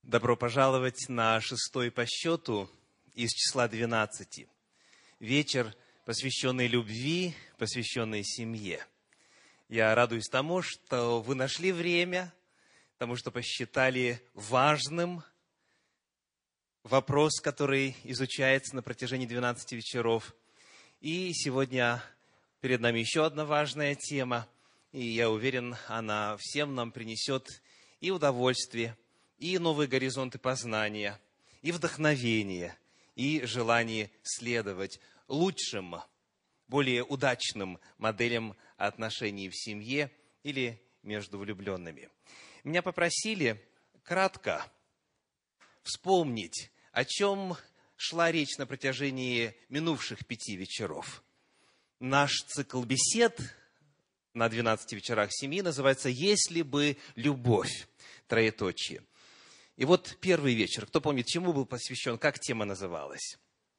Добро пожаловать на 6-й по счету из числа 12. Вечер, посвященный любви, посвященный семье. Я радуюсь тому, что вы нашли время, тому, что посчитали важным вопрос, который изучается на протяжении 12 вечеров. И сегодня перед нами еще одна важная тема, и я уверен, она всем нам принесет и удовольствие, и новые горизонты познания, и вдохновение, и желание следовать лучшим, более удачным моделям отношений в семье или между влюбленными. Меня попросили кратко вспомнить, о чем шла речь на протяжении минувших 5 вечеров. Наш цикл бесед на 12 вечерах семьи называется «Если бы любовь». Троеточие. И вот первый вечер. Кто помнит, чему был посвящен, как тема называлась?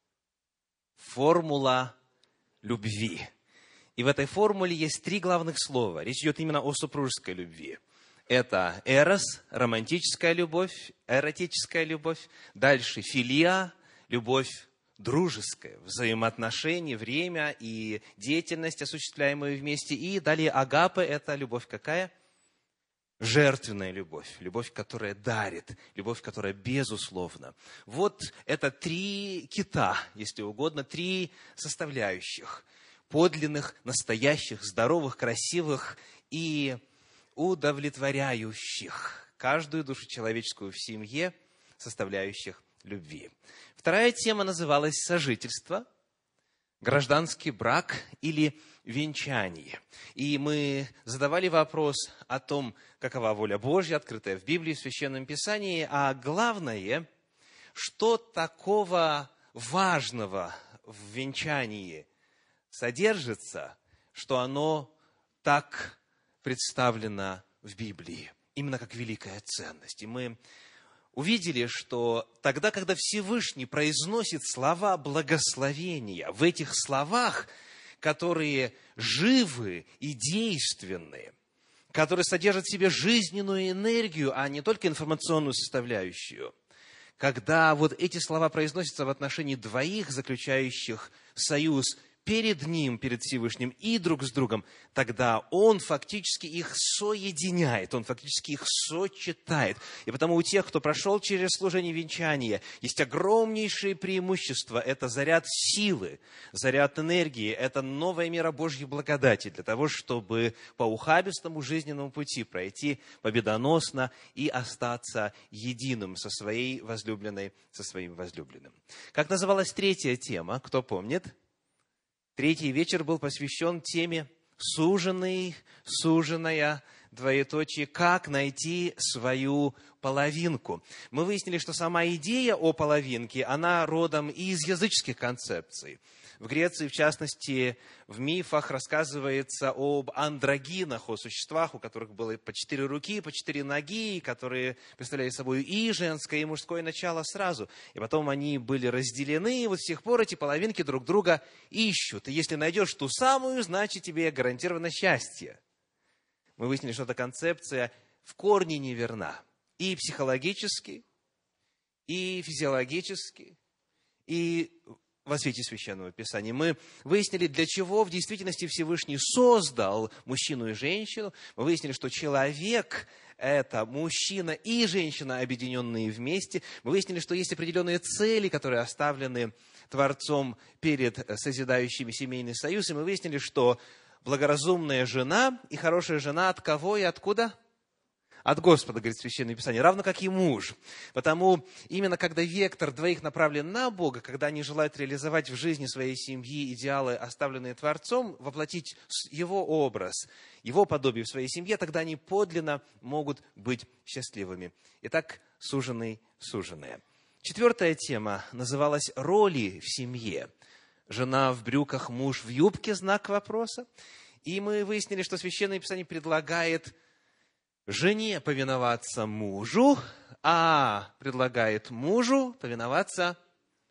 Формула любви. И в этой формуле есть 3 главных слова. Речь идет именно о супружеской любви. Это эрос, романтическая любовь, эротическая любовь. Дальше филия, любовь дружеская, взаимоотношения, время и деятельность, осуществляемые вместе. И далее агапе – это любовь какая? Жертвенная любовь, любовь, которая дарит, любовь, которая безусловна. Вот это 3 кита, если угодно, 3 составляющих. Подлинных, настоящих, здоровых, красивых и удовлетворяющих каждую душу человеческую в семье, составляющих любви. Вторая тема называлась «Сожительство», гражданский брак или венчание. И мы задавали вопрос о том, какова воля Божья, открытая в Библии, в Священном Писании, а главное, что такого важного в венчании содержится, что оно так представлено в Библии, именно как великая ценность. И мы увидели, что тогда, когда Всевышний произносит слова благословения, в этих словах, которые живы и действенные, которые содержат в себе жизненную энергию, а не только информационную составляющую, когда вот эти слова произносятся в отношении двоих, заключающих союз перед Ним, перед Всевышним и друг с другом, тогда Он фактически их соединяет, Он фактически их сочетает. И потому у тех, кто прошел через служение венчания, есть огромнейшие преимущества. Это заряд силы, заряд энергии, это новая мера Божьей благодати для того, чтобы по ухабистому жизненному пути пройти победоносно и остаться единым со своей возлюбленной, со своим возлюбленным. Как называлась 3-я тема, кто помнит? 3-й вечер был посвящен теме «Суженый, суженая», двоеточие, как найти свою половинку. Мы выяснили, что сама идея о половинке, она родом из языческих концепций. В Греции, в частности, в мифах рассказывается об андрогинах, о существах, у которых было по 4 руки, по 4 ноги, которые представляли собой и женское, и мужское начало сразу. И потом они были разделены, и вот с тех пор эти половинки друг друга ищут. И если найдешь ту самую, значит, тебе гарантировано счастье. Мы выяснили, что эта концепция в корне неверна. И психологически, и физиологически, и во свете Священного Писания. Мы выяснили, для чего в действительности Всевышний создал мужчину и женщину. Мы выяснили, что человек – это мужчина и женщина, объединенные вместе. Мы выяснили, что есть определенные цели, которые оставлены Творцом перед созидающими семейный союз. И мы выяснили, что благоразумная жена и хорошая жена от кого и откуда? От Господа, говорит Священное Писание, равно как и муж. Потому именно когда вектор двоих направлен на Бога, когда они желают реализовать в жизни своей семьи идеалы, оставленные Творцом, воплотить Его образ, Его подобие в своей семье, тогда они подлинно могут быть счастливыми. Итак, суженый, суженая. 4-я тема называлась «Роли в семье». Жена в брюках, муж в юбке, знак вопроса. И мы выяснили, что Священное Писание предлагает жене повиноваться мужу, а предлагает мужу повиноваться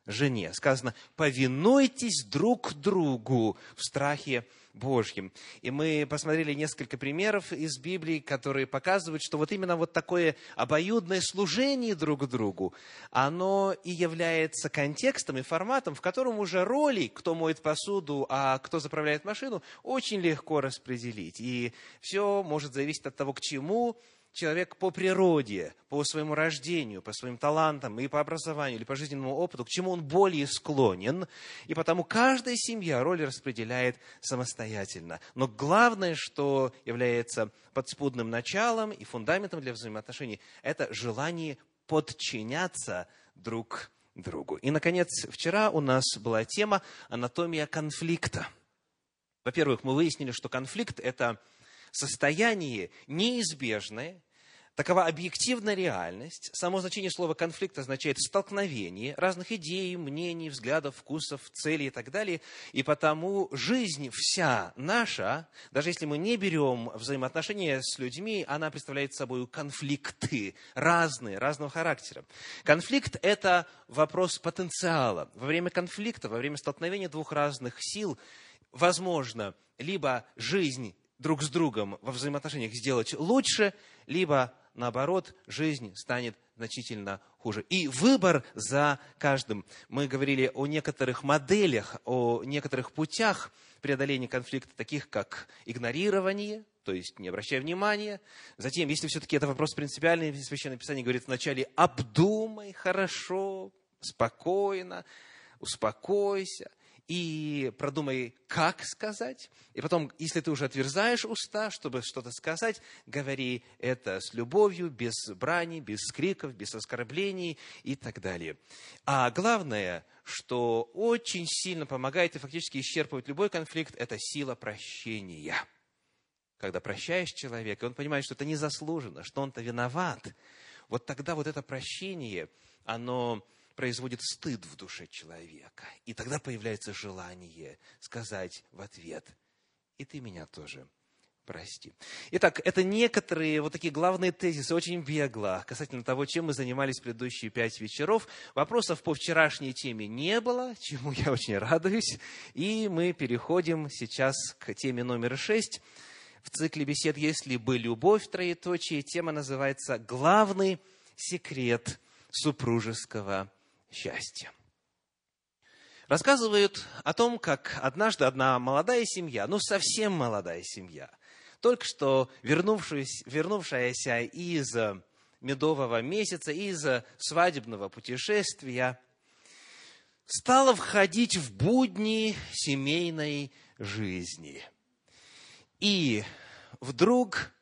жене. Сказано: повинуйтесь друг другу в страхе Божьем. И мы посмотрели несколько примеров из Библии, которые показывают, что вот именно вот такое обоюдное служение друг другу, оно и является контекстом и форматом, в котором уже роли, кто моет посуду, а кто заправляет машину, очень легко распределить. И все может зависеть от того, к чему человек по природе, по своему рождению, по своим талантам и по образованию, или по жизненному опыту, к чему он более склонен. И потому каждая семья роли распределяет самостоятельно. Но главное, что является подспудным началом и фундаментом для взаимоотношений, это желание подчиняться друг другу. И, наконец, вчера у нас была тема «Анатомия конфликта». Во-первых, мы выяснили, что конфликт – это состояние неизбежное, такова объективная реальность. Само значение слова «конфликт» означает столкновение разных идей, мнений, взглядов, вкусов, целей и так далее. И потому жизнь вся наша, даже если мы не берем взаимоотношения с людьми, она представляет собой конфликты разные, разного характера. Конфликт – это вопрос потенциала. Во время конфликта, во время столкновения двух разных сил, возможно, либо жизнь друг с другом во взаимоотношениях сделать лучше, либо, наоборот, жизнь станет значительно хуже. И выбор за каждым. Мы говорили о некоторых моделях, о некоторых путях преодоления конфликта, таких как игнорирование, то есть не обращая внимания. Затем, если все-таки это вопрос принципиальный, Священное Писание говорит вначале: обдумай хорошо, спокойно, успокойся. И продумай, как сказать. И потом, если ты уже отверзаешь уста, чтобы что-то сказать, говори это с любовью, без брани, без криков, без оскорблений и так далее. А главное, что очень сильно помогает и фактически исчерпывает любой конфликт, это сила прощения. Когда прощаешь человека, и он понимает, что это незаслуженно, что он-то виноват, вот тогда вот это прощение, оно производит стыд в душе человека. И тогда появляется желание сказать в ответ: и ты меня тоже прости. Итак, это некоторые вот такие главные тезисы, очень бегло, касательно того, чем мы занимались предыдущие 5 вечеров. Вопросов по вчерашней теме не было, чему я очень радуюсь. И мы переходим сейчас к теме номер 6. В цикле бесед «Если бы любовь», троеточие, тема называется «Главный секрет супружеского счастья». Рассказывают о том, как однажды одна молодая семья, совсем молодая семья, только что вернувшаяся из медового месяца, из свадебного путешествия, стала входить в будни семейной жизни. И вдруг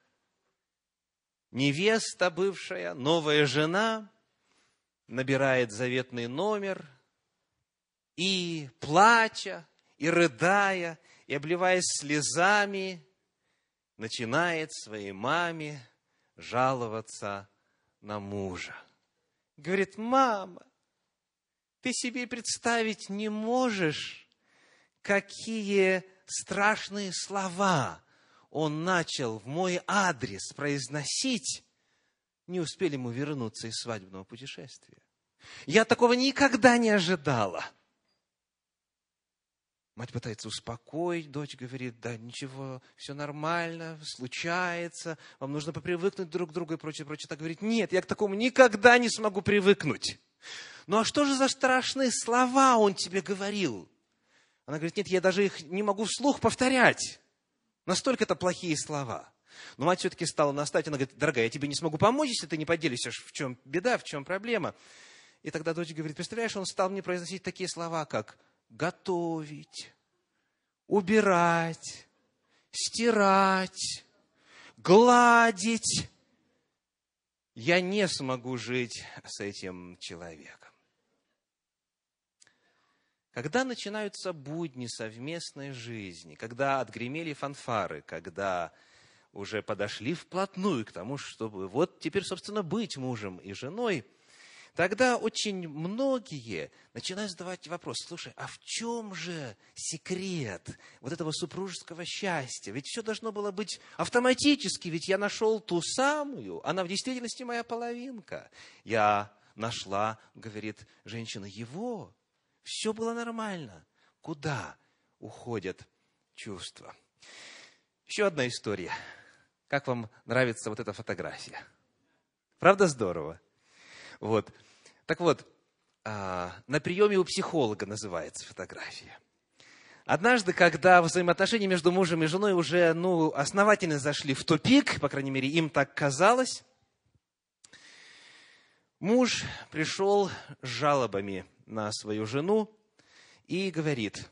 невеста бывшая, новая жена, набирает заветный номер и, плача, и рыдая, и обливаясь слезами, начинает своей маме жаловаться на мужа. Говорит: мама, ты себе представить не можешь, какие страшные слова он начал в мой адрес произносить. Не успели мы вернуться из свадебного путешествия. Я такого никогда не ожидала. Мать пытается успокоить, дочь говорит: да ничего, все нормально, случается, вам нужно попривыкнуть друг к другу и прочее, прочее. Так говорит: нет, я к такому никогда не смогу привыкнуть. Ну а что же за страшные слова он тебе говорил? Она говорит: нет, я даже их не могу вслух повторять. Настолько это плохие слова. Но мать все-таки стала настаивать. Она говорит: дорогая, я тебе не смогу помочь, если ты не поделишься, в чем беда, в чем проблема. И тогда дочь говорит: представляешь, он стал мне произносить такие слова, как готовить, убирать, стирать, гладить. Я не смогу жить с этим человеком. Когда начинаются будни совместной жизни, когда отгремели фанфары, когда уже подошли вплотную к тому, чтобы вот теперь, собственно, быть мужем и женой, тогда очень многие начинают задавать вопрос: слушай, а в чем же секрет вот этого супружеского счастья? Ведь все должно было быть автоматически, ведь я нашел ту самую, она в действительности моя половинка. Я нашла, говорит женщина, его. Все было нормально. Куда уходят чувства? Еще одна история. Как вам нравится вот эта фотография? Правда здорово? Вот. Так вот, на приеме у психолога называется фотография. Однажды, когда взаимоотношения между мужем и женой уже основательно зашли в тупик, по крайней мере, им так казалось, муж пришел с жалобами на свою жену и говорит: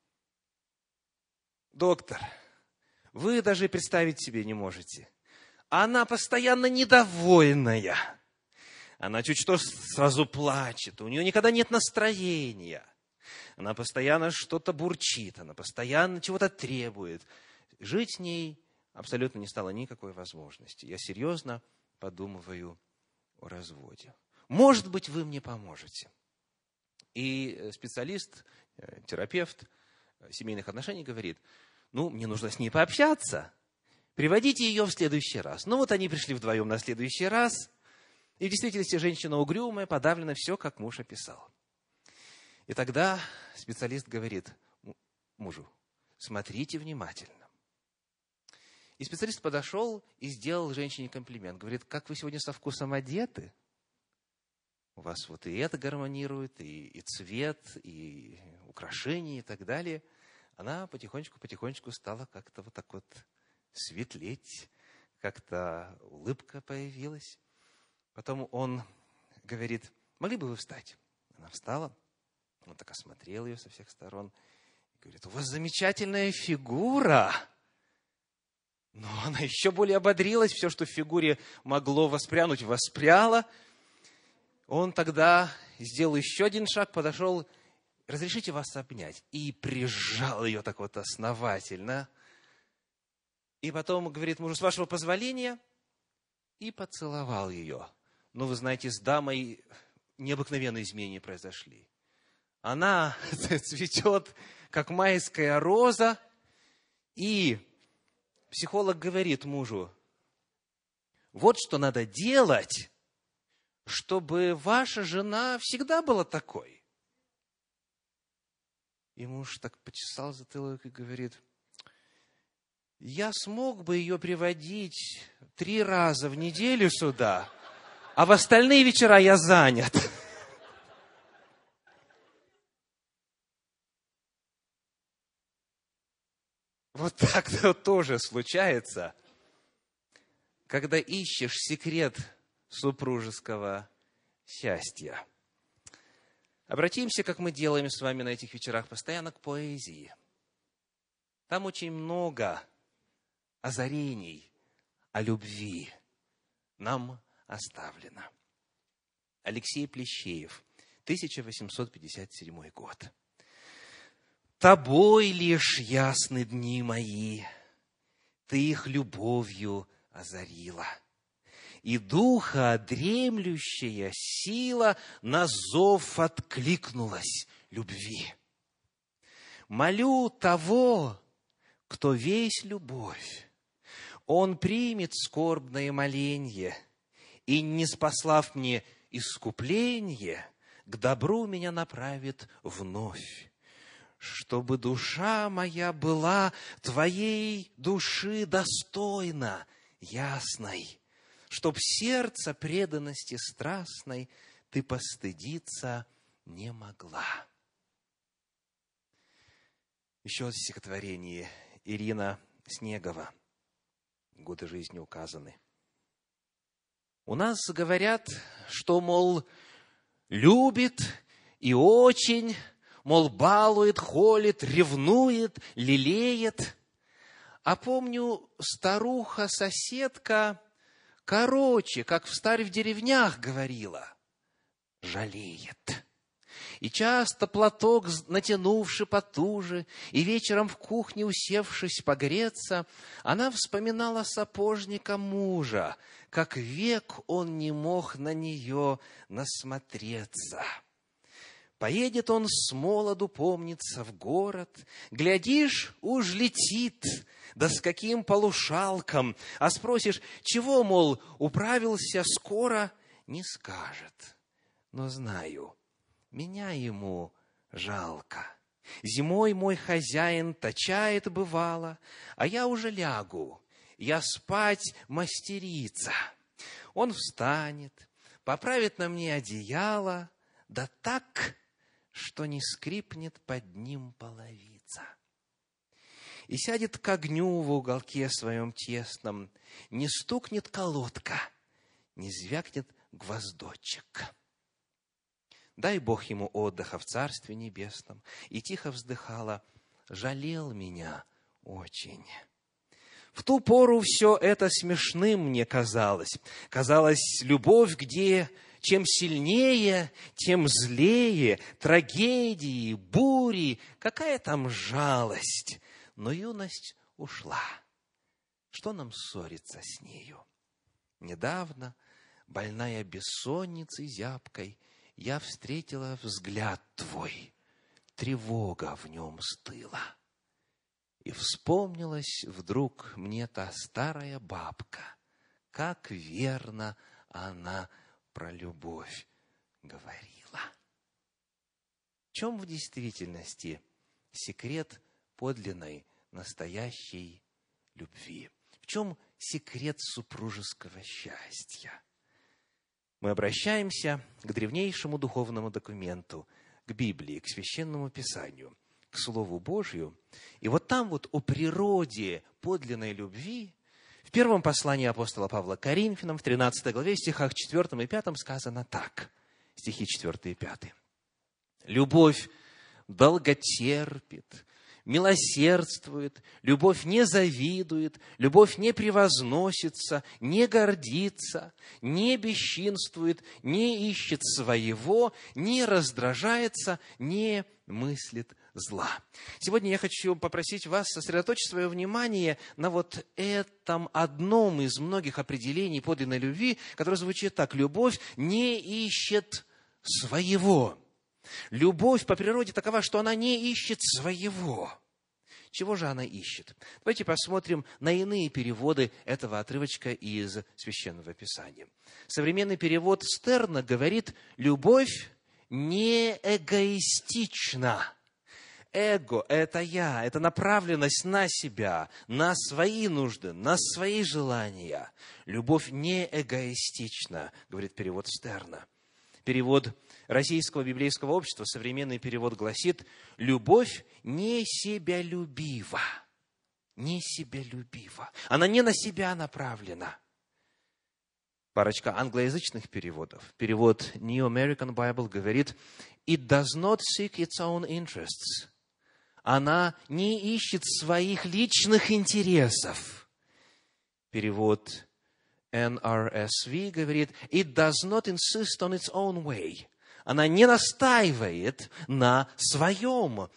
доктор, вы даже представить себе не можете. Она постоянно недовольная. Она чуть что сразу плачет. У нее никогда нет настроения. Она постоянно что-то бурчит. Она постоянно чего-то требует. Жить с ней абсолютно не стало никакой возможности. Я серьезно подумываю о разводе. Может быть, вы мне поможете. И специалист, терапевт семейных отношений говорит: мне нужно с ней пообщаться. Приводите ее в следующий раз. Вот они пришли вдвоем на следующий раз. И в действительности женщина угрюмая, подавленная, все, как муж описал. И тогда специалист говорит мужу: смотрите внимательно. И специалист подошел и сделал женщине комплимент. Говорит: как вы сегодня со вкусом одеты. У вас вот и это гармонирует, и цвет, и украшения, и так далее. Она потихонечку стала как-то вот так вот светлеть, как-то улыбка появилась. Потом он говорит: могли бы вы встать? Она встала, он так осмотрел ее со всех сторон. И говорит: у вас замечательная фигура. Но она еще более ободрилась, все, что в фигуре могло воспрянуть, воспряло. Он тогда сделал еще один шаг, подошел: разрешите вас обнять? И прижал ее так вот основательно. И потом говорит мужу: с вашего позволения, и поцеловал ее. Вы знаете, с дамой необыкновенные изменения произошли. Она цветет, как майская роза. И психолог говорит мужу: вот что надо делать, чтобы ваша жена всегда была такой. И муж так почесал затылок и говорит: я смог бы ее приводить 3 раза в неделю сюда, а в остальные вечера я занят. Вот так-то тоже случается, когда ищешь секрет супружеского счастья. Обратимся, как мы делаем с вами на этих вечерах, постоянно к поэзии. Там очень много озарений о любви нам оставлено. Алексей Плещеев, 1857 год. «Тобой лишь ясны дни мои, ты их любовью озарила, и духа дремлющая сила на зов откликнулась любви. Молю того, кто весь любовь, он примет скорбное моленье, и, ниспослав мне искупление, к добру меня направит вновь, чтобы душа моя была твоей души достойна, ясной, чтоб сердце преданности страстной ты постыдиться не могла». Еще стихотворение Ирина Снегова. Годы жизни указаны. У нас говорят, что, мол, любит и очень, мол, балует, холит, ревнует, лелеет. А помню, старуха-соседка короче, как встарь в деревнях говорила, жалеет. И часто платок, натянувши потуже, и вечером в кухне усевшись погреться, она вспоминала сапожника мужа, как век он не мог на нее насмотреться. Поедет он с молоду, помнится, в город, глядишь, уж летит, да с каким полушалком, а спросишь, чего, мол, управился скоро, не скажет. Но знаю, меня ему жалко. Зимой мой хозяин точает бывало, а я уже лягу, я спать мастерица. Он встанет, поправит на мне одеяло, да так, что не скрипнет под ним половица. И сядет к огню в уголке своем тесном, не стукнет колодка, не звякнет гвоздочек. Дай Бог ему отдыха в Царстве Небесном. И тихо вздыхала: жалел меня очень. В ту пору все это смешным мне казалось. Казалось, любовь где чем сильнее, тем злее, трагедии, бури, какая там жалость. Но юность ушла. Что нам ссориться с нею? Недавно, больная бессонницей зябкой, я встретила взгляд твой, тревога в нем стыла. И вспомнилась вдруг мне та старая бабка, как верно она про любовь говорила. В чем в действительности секрет подлинной, настоящей любви? В чем секрет супружеского счастья? Мы обращаемся к древнейшему духовному документу, к Библии, к Священному Писанию, к Слову Божию. И вот там вот о природе подлинной любви в первом послании апостола Павла к Коринфянам, в 13 главе, стихах 4 и 5 сказано так. Стихи 4 и 5. «Любовь долготерпит, милосердствует, любовь не завидует, любовь не превозносится, не гордится, не бесчинствует, не ищет своего, не раздражается, не мыслит зла». Сегодня я хочу попросить вас сосредоточить свое внимание на вот этом одном из многих определений подлинной любви, которое звучит так: любовь не ищет своего. Любовь по природе такова, что она не ищет своего. Чего же она ищет? Давайте посмотрим на иные переводы этого отрывочка из Священного Писания. Современный перевод Стерна говорит: любовь не эгоистична. Эго – это я, это направленность на себя, на свои нужды, на свои желания. Любовь не эгоистична, говорит перевод Стерна. Перевод Российского библейского общества, современный перевод гласит: любовь не себялюбива. Не себялюбива. Она не на себя направлена. Парочка англоязычных переводов. Перевод New American Bible говорит: it does not seek its own interests. Она не ищет своих личных интересов. Перевод NRSV говорит: it does not insist on its own way. Она не настаивает на своем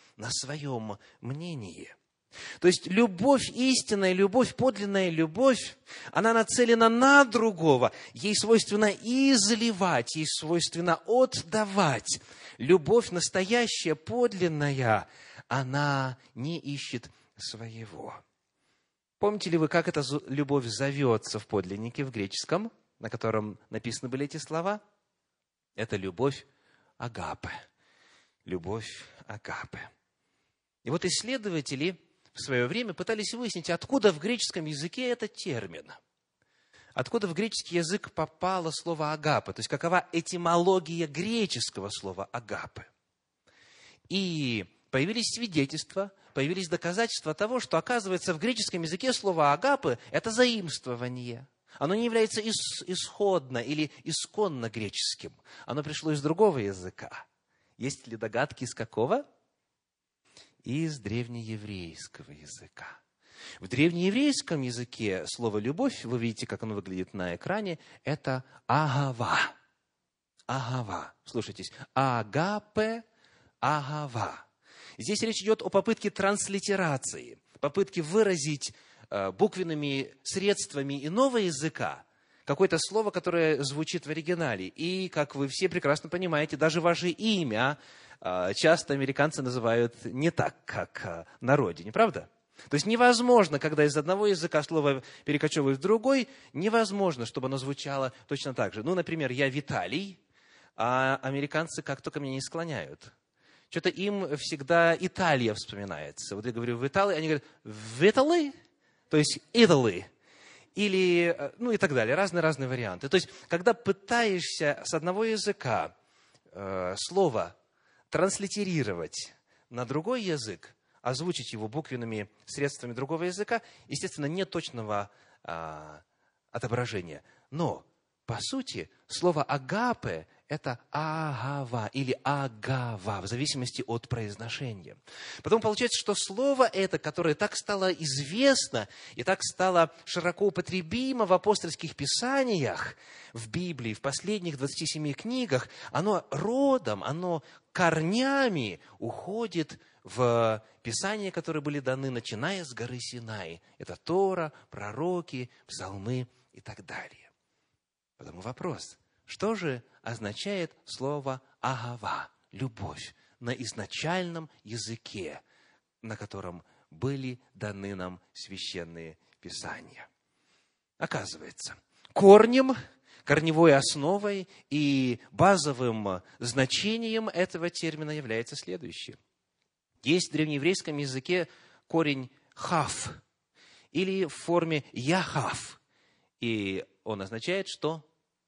мнении. То есть любовь истинная, любовь подлинная, любовь, она нацелена на другого. Ей свойственно изливать, ей свойственно отдавать. Любовь настоящая, подлинная, она не ищет своего. Помните ли вы, как эта любовь зовется в подлиннике, в греческом, на котором написаны были эти слова? Это любовь агапе. Любовь агапе. И вот исследователи в свое время пытались выяснить, откуда в греческом языке этот термин. Откуда в греческий язык попало слово агапе, то есть какова этимология греческого слова агапе. И появились свидетельства, появились доказательства того, что, оказывается, в греческом языке слово агапе – это заимствование. Оно не является исходно или исконно греческим. Оно пришло из другого языка. Есть ли догадки, из какого? Из древнееврейского языка. В древнееврейском языке слово «любовь», вы видите, как оно выглядит на экране, это агава. Агава. Слушайтесь. Агапе, агава. Здесь речь идет о попытке транслитерации, попытке выразить буквенными средствами иного языка какое-то слово, которое звучит в оригинале. И, как вы все прекрасно понимаете, даже ваше имя часто американцы называют не так, как на родине, правда? То есть невозможно, когда из одного языка слово перекочевывает в другой, невозможно, чтобы оно звучало точно так же. Ну, например, я Виталий, а американцы как только меня не склоняют. Что-то им всегда Италия вспоминается. Вот я говорю в Италии, они говорят в Italy, то есть Italy. Или, ну и так далее, разные варианты. То есть, когда пытаешься с одного языка слово транслитерировать на другой язык, озвучить его буквенными средствами другого языка, естественно, нет точного отображения. Но, по сути, слово «агапе» – это «агава» или «агава», в зависимости от произношения. Потом получается, что слово это, которое так стало известно и так стало широко употребимо в апостольских писаниях, в Библии, в последних 27 книгах, оно родом, оно корнями уходит в Писания, которые были даны, начиная с горы Синай. Это Тора, пророки, псалмы и так далее. Потому вопрос, что же означает слово «агава» – любовь на изначальном языке, на котором были даны нам священные писания? Оказывается, корнем, корневой основой и базовым значением этого термина является следующее. Есть в древнееврейском языке корень «хав» или в форме «яхав», и он означает, что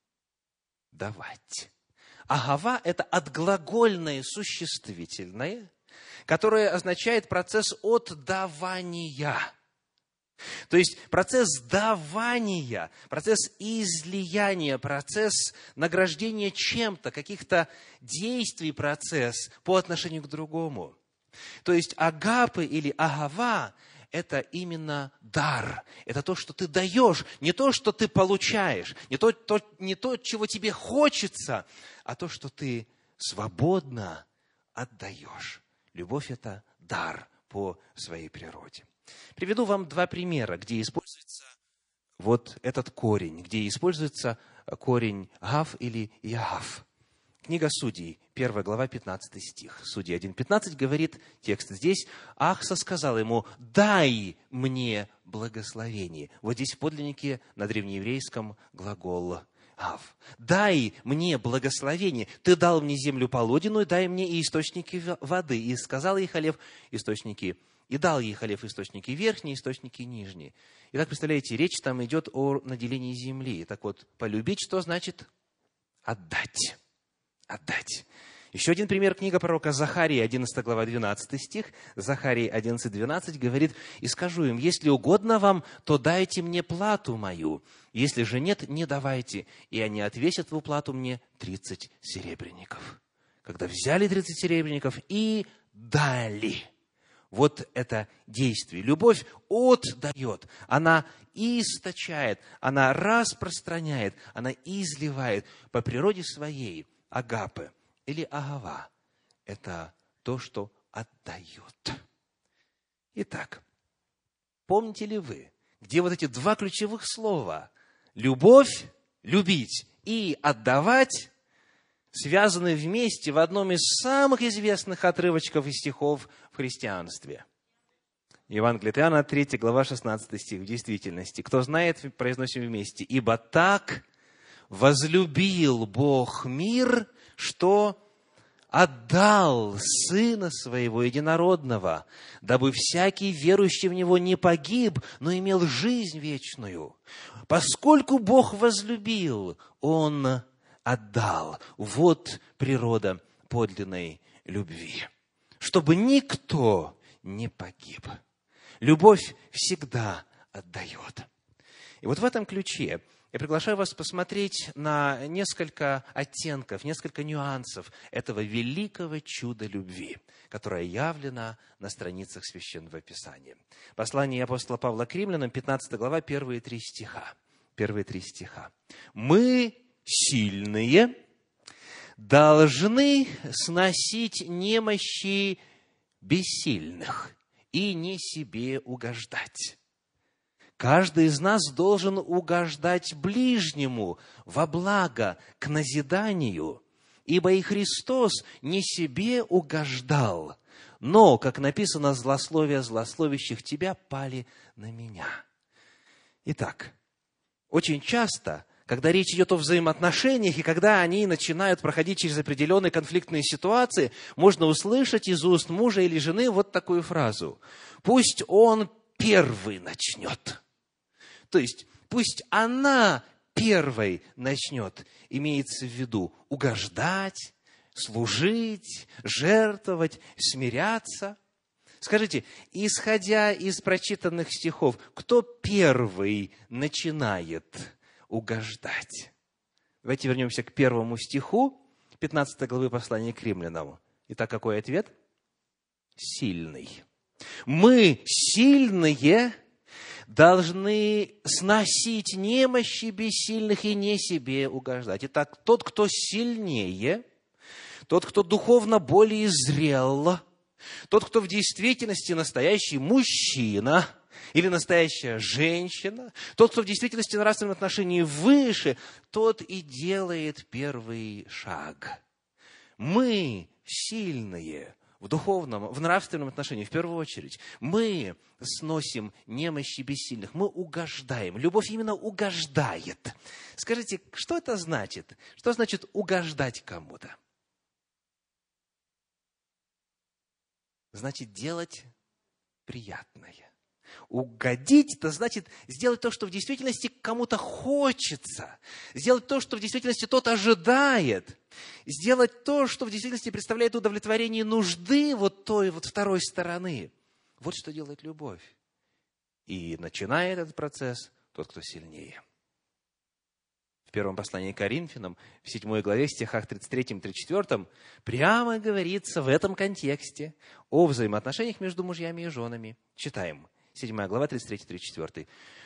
давать. Агава – это отглагольное существительное, которое означает процесс отдавания. То есть процесс давания, процесс излияния, процесс награждения чем-то, каких-то действий, процесс по отношению к другому. То есть агапы или агава – это именно дар. Это то, что ты даешь, не то, что ты получаешь, не то, чего тебе хочется, а то, что ты свободно отдаешь. Любовь – это дар по своей природе. Приведу вам два примера, где используется вот этот корень, где используется корень гав или яав. Книга Судей, 1 глава, 15 стих. Судей 1:15 говорит текст здесь. Ахса сказал ему: «Дай мне благословение». Вот здесь в подлиннике на древнееврейском глагол «ав». «Дай мне благословение. Ты дал мне землю полуденную, дай мне и источники воды». И сказал ей Халев источники, и дал ей Халев источники верхние, источники нижние. Итак, представляете, речь там идет о наделении земли. Так вот, полюбить что значит? Отдать. Отдать. Еще один пример, книга пророка Захарии, 11 глава, 12 стих. Захарии 11:12 говорит: «И скажу им, если угодно вам, то дайте мне плату мою, если же нет, не давайте». И они отвесят в уплату мне 30 серебряников. Когда взяли 30 серебряников и дали. Вот это действие. Любовь отдает, она источает, она распространяет, она изливает по природе своей. Агапе или агава – это то, что отдает. Итак, помните ли вы, где вот эти два ключевых слова – любовь, любить и отдавать – связаны вместе в одном из самых известных отрывочков и стихов в христианстве? Евангелие от Иоанна, 3 глава, 16 стих. В действительности, кто знает, произносим вместе. «Ибо так возлюбил Бог мир, что отдал Сына Своего Единородного, дабы всякий верующий в Него не погиб, но имел жизнь вечную. Поскольку Бог возлюбил, Он отдал». Вот природа подлинной любви. Чтобы никто не погиб. Любовь всегда отдает. И вот в этом ключе я приглашаю вас посмотреть на несколько оттенков, несколько нюансов этого великого чуда любви, которое явлено на страницах Священного Писания. Послание апостола Павла к Римлянам, 15 глава, первые 3 стиха. Первые 3 стиха. «Мы, сильные, должны сносить немощи бессильных и не себе угождать. Каждый из нас должен угождать ближнему во благо, к назиданию, ибо и Христос не себе угождал, но, как написано, злословия злословящих тебя пали на меня». Итак, очень часто, когда речь идет о взаимоотношениях, и когда они начинают проходить через определенные конфликтные ситуации, можно услышать из уст мужа или жены вот такую фразу: «Пусть он первый начнет». То есть, пусть она первой начнет, имеется в виду угождать, служить, жертвовать, смиряться. Скажите, исходя из прочитанных стихов, кто первый начинает угождать? Давайте вернемся к 1 стиху 15 главы послания к римлянам. Итак, какой ответ? Сильный. Мы, сильные, должны сносить немощи бессильных и не себе угождать. Итак, тот, кто сильнее, тот, кто духовно более зрел, тот, кто в действительности настоящий мужчина или настоящая женщина, тот, кто в действительности в нравственном отношении выше, тот и делает первый шаг. Мы сильные в духовном, в нравственном отношении, в первую очередь. Мы сносим немощи бессильных, мы угождаем. Любовь именно угождает. Скажите, что это значит? Что значит угождать кому-то? Значит, делать приятное. Угодить – это значит сделать то, что в действительности кому-то хочется. Сделать то, что в действительности тот ожидает. Сделать то, что в действительности представляет удовлетворение нужды вот той вот второй стороны. Вот что делает любовь. И начинает этот процесс тот, кто сильнее. В первом послании к Коринфянам, в 7 главе, стихах 33-34, прямо говорится в этом контексте о взаимоотношениях между мужьями и женами. Читаем. 7 глава, 33-34.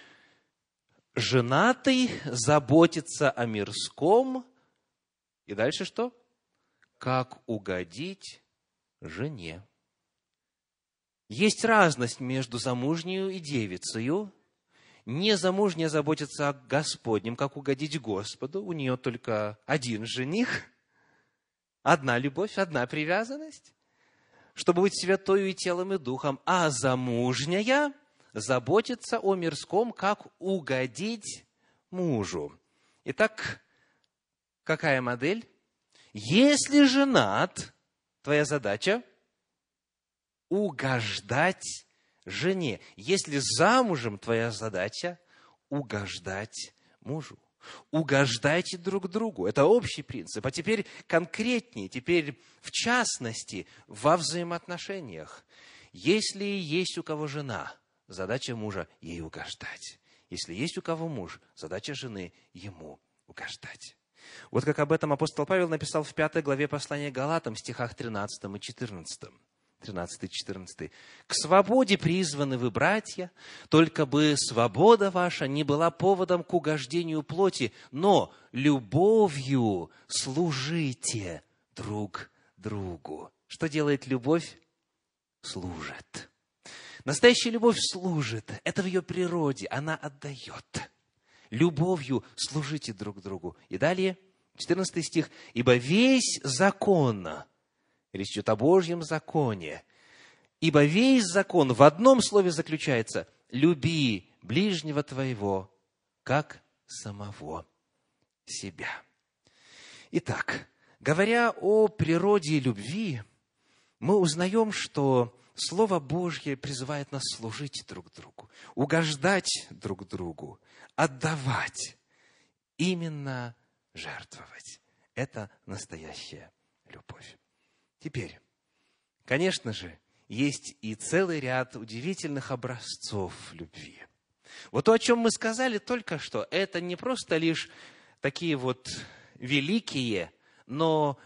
«Женатый заботится о мирском». И дальше что? «Как угодить жене». Есть разность между замужнею и девицею. Незамужняя заботится о Господнем, как угодить Господу. У нее только один жених, одна любовь, одна привязанность, чтобы быть святою и телом, и духом. А замужняя заботится о мирском, как угодить мужу. Итак, какая модель? Если женат, твоя задача угождать жене. Если замужем, твоя задача угождать мужу. Угождайте друг другу. Это общий принцип. А теперь конкретнее, теперь в частности, во взаимоотношениях. Если есть у кого жена, задача мужа ей угождать. Если есть у кого муж, задача жены ему угождать. Вот как об этом апостол Павел написал в 5 главе послания Галатам, в стихах 13 и 14. 13 и 14. «К свободе призваны вы, братья, только бы свобода ваша не была поводом к угождению плоти, но любовью служите друг другу». Что делает любовь? Служит. Настоящая любовь служит. Это в ее природе. Она отдает. Любовью служите друг другу. И далее, 14 стих. «Ибо весь закон...» Речь идет о Божьем законе. «Ибо весь закон в одном слове заключается: люби ближнего твоего, как самого себя». Итак, говоря о природе любви, мы узнаем, что Слово Божье призывает нас служить друг другу, угождать друг другу, отдавать, именно жертвовать. Это настоящая любовь. Теперь, конечно же, есть и целый ряд удивительных образцов любви. Вот то, о чем мы сказали только что, это не просто лишь такие вот великие, но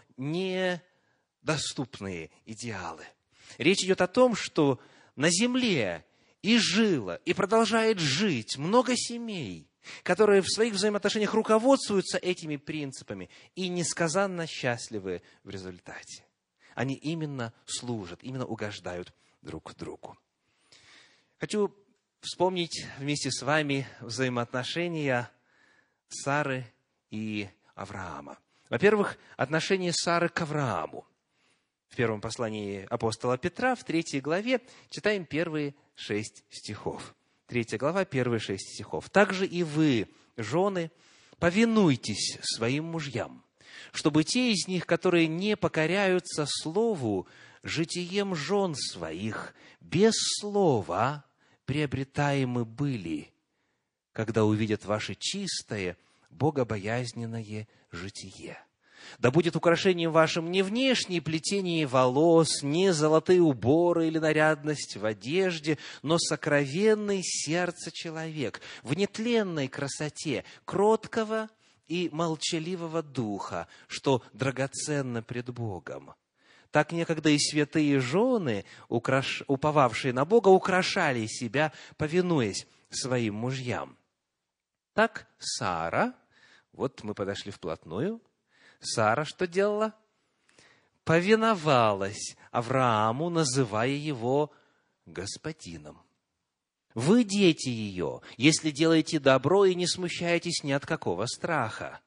недоступные идеалы. Речь идет о том, что на земле и жило, и продолжает жить много семей, которые в своих взаимоотношениях руководствуются этими принципами и несказанно счастливы в результате. Они именно служат, именно угождают друг другу. Хочу вспомнить вместе с вами взаимоотношения Сары и Авраама. Во-первых, отношение Сары к Аврааму. В первом послании апостола Петра, в 3 главе, читаем первые 6 стихов. 3 глава, первые 6 стихов. «Также и вы, жены, повинуйтесь своим мужьям, чтобы те из них, которые не покоряются слову, житием жен своих, без слова приобретаемы были, когда увидят ваше чистое, богобоязненное житие. Да будет украшением вашим не внешнее плетение волос, не золотые уборы или нарядность в одежде, но сокровенный сердце человек в нетленной красоте кроткого и молчаливого духа, что драгоценно пред Богом. Так некогда и святые жены, уповавшие на Бога, украшали себя, повинуясь своим мужьям. Так Сара, вот мы подошли вплотную, Сара что делала? Повиновалась Аврааму, называя его господином. Вы дети ее, если делаете добро и не смущаетесь ни от какого страха.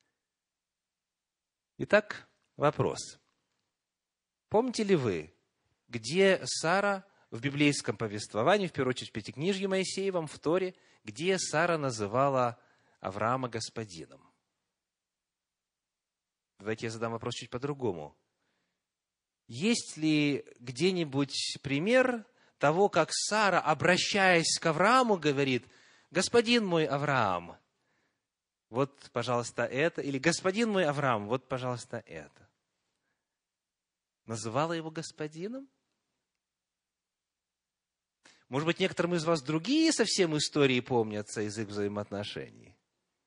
Итак, вопрос. Помните ли вы, где Сара в библейском повествовании, в первую очередь в Пятикнижье Моисеевом, в Торе, где Сара называла Авраама господином? Давайте я задам вопрос чуть по-другому. Есть ли где-нибудь пример того, как Сара, обращаясь к Аврааму, говорит: «Господин мой Авраам, вот, пожалуйста, это», или «Господин мой Авраам, вот, пожалуйста, это». Называла его господином? Может быть, некоторым из вас другие совсем истории помнятся из их взаимоотношений?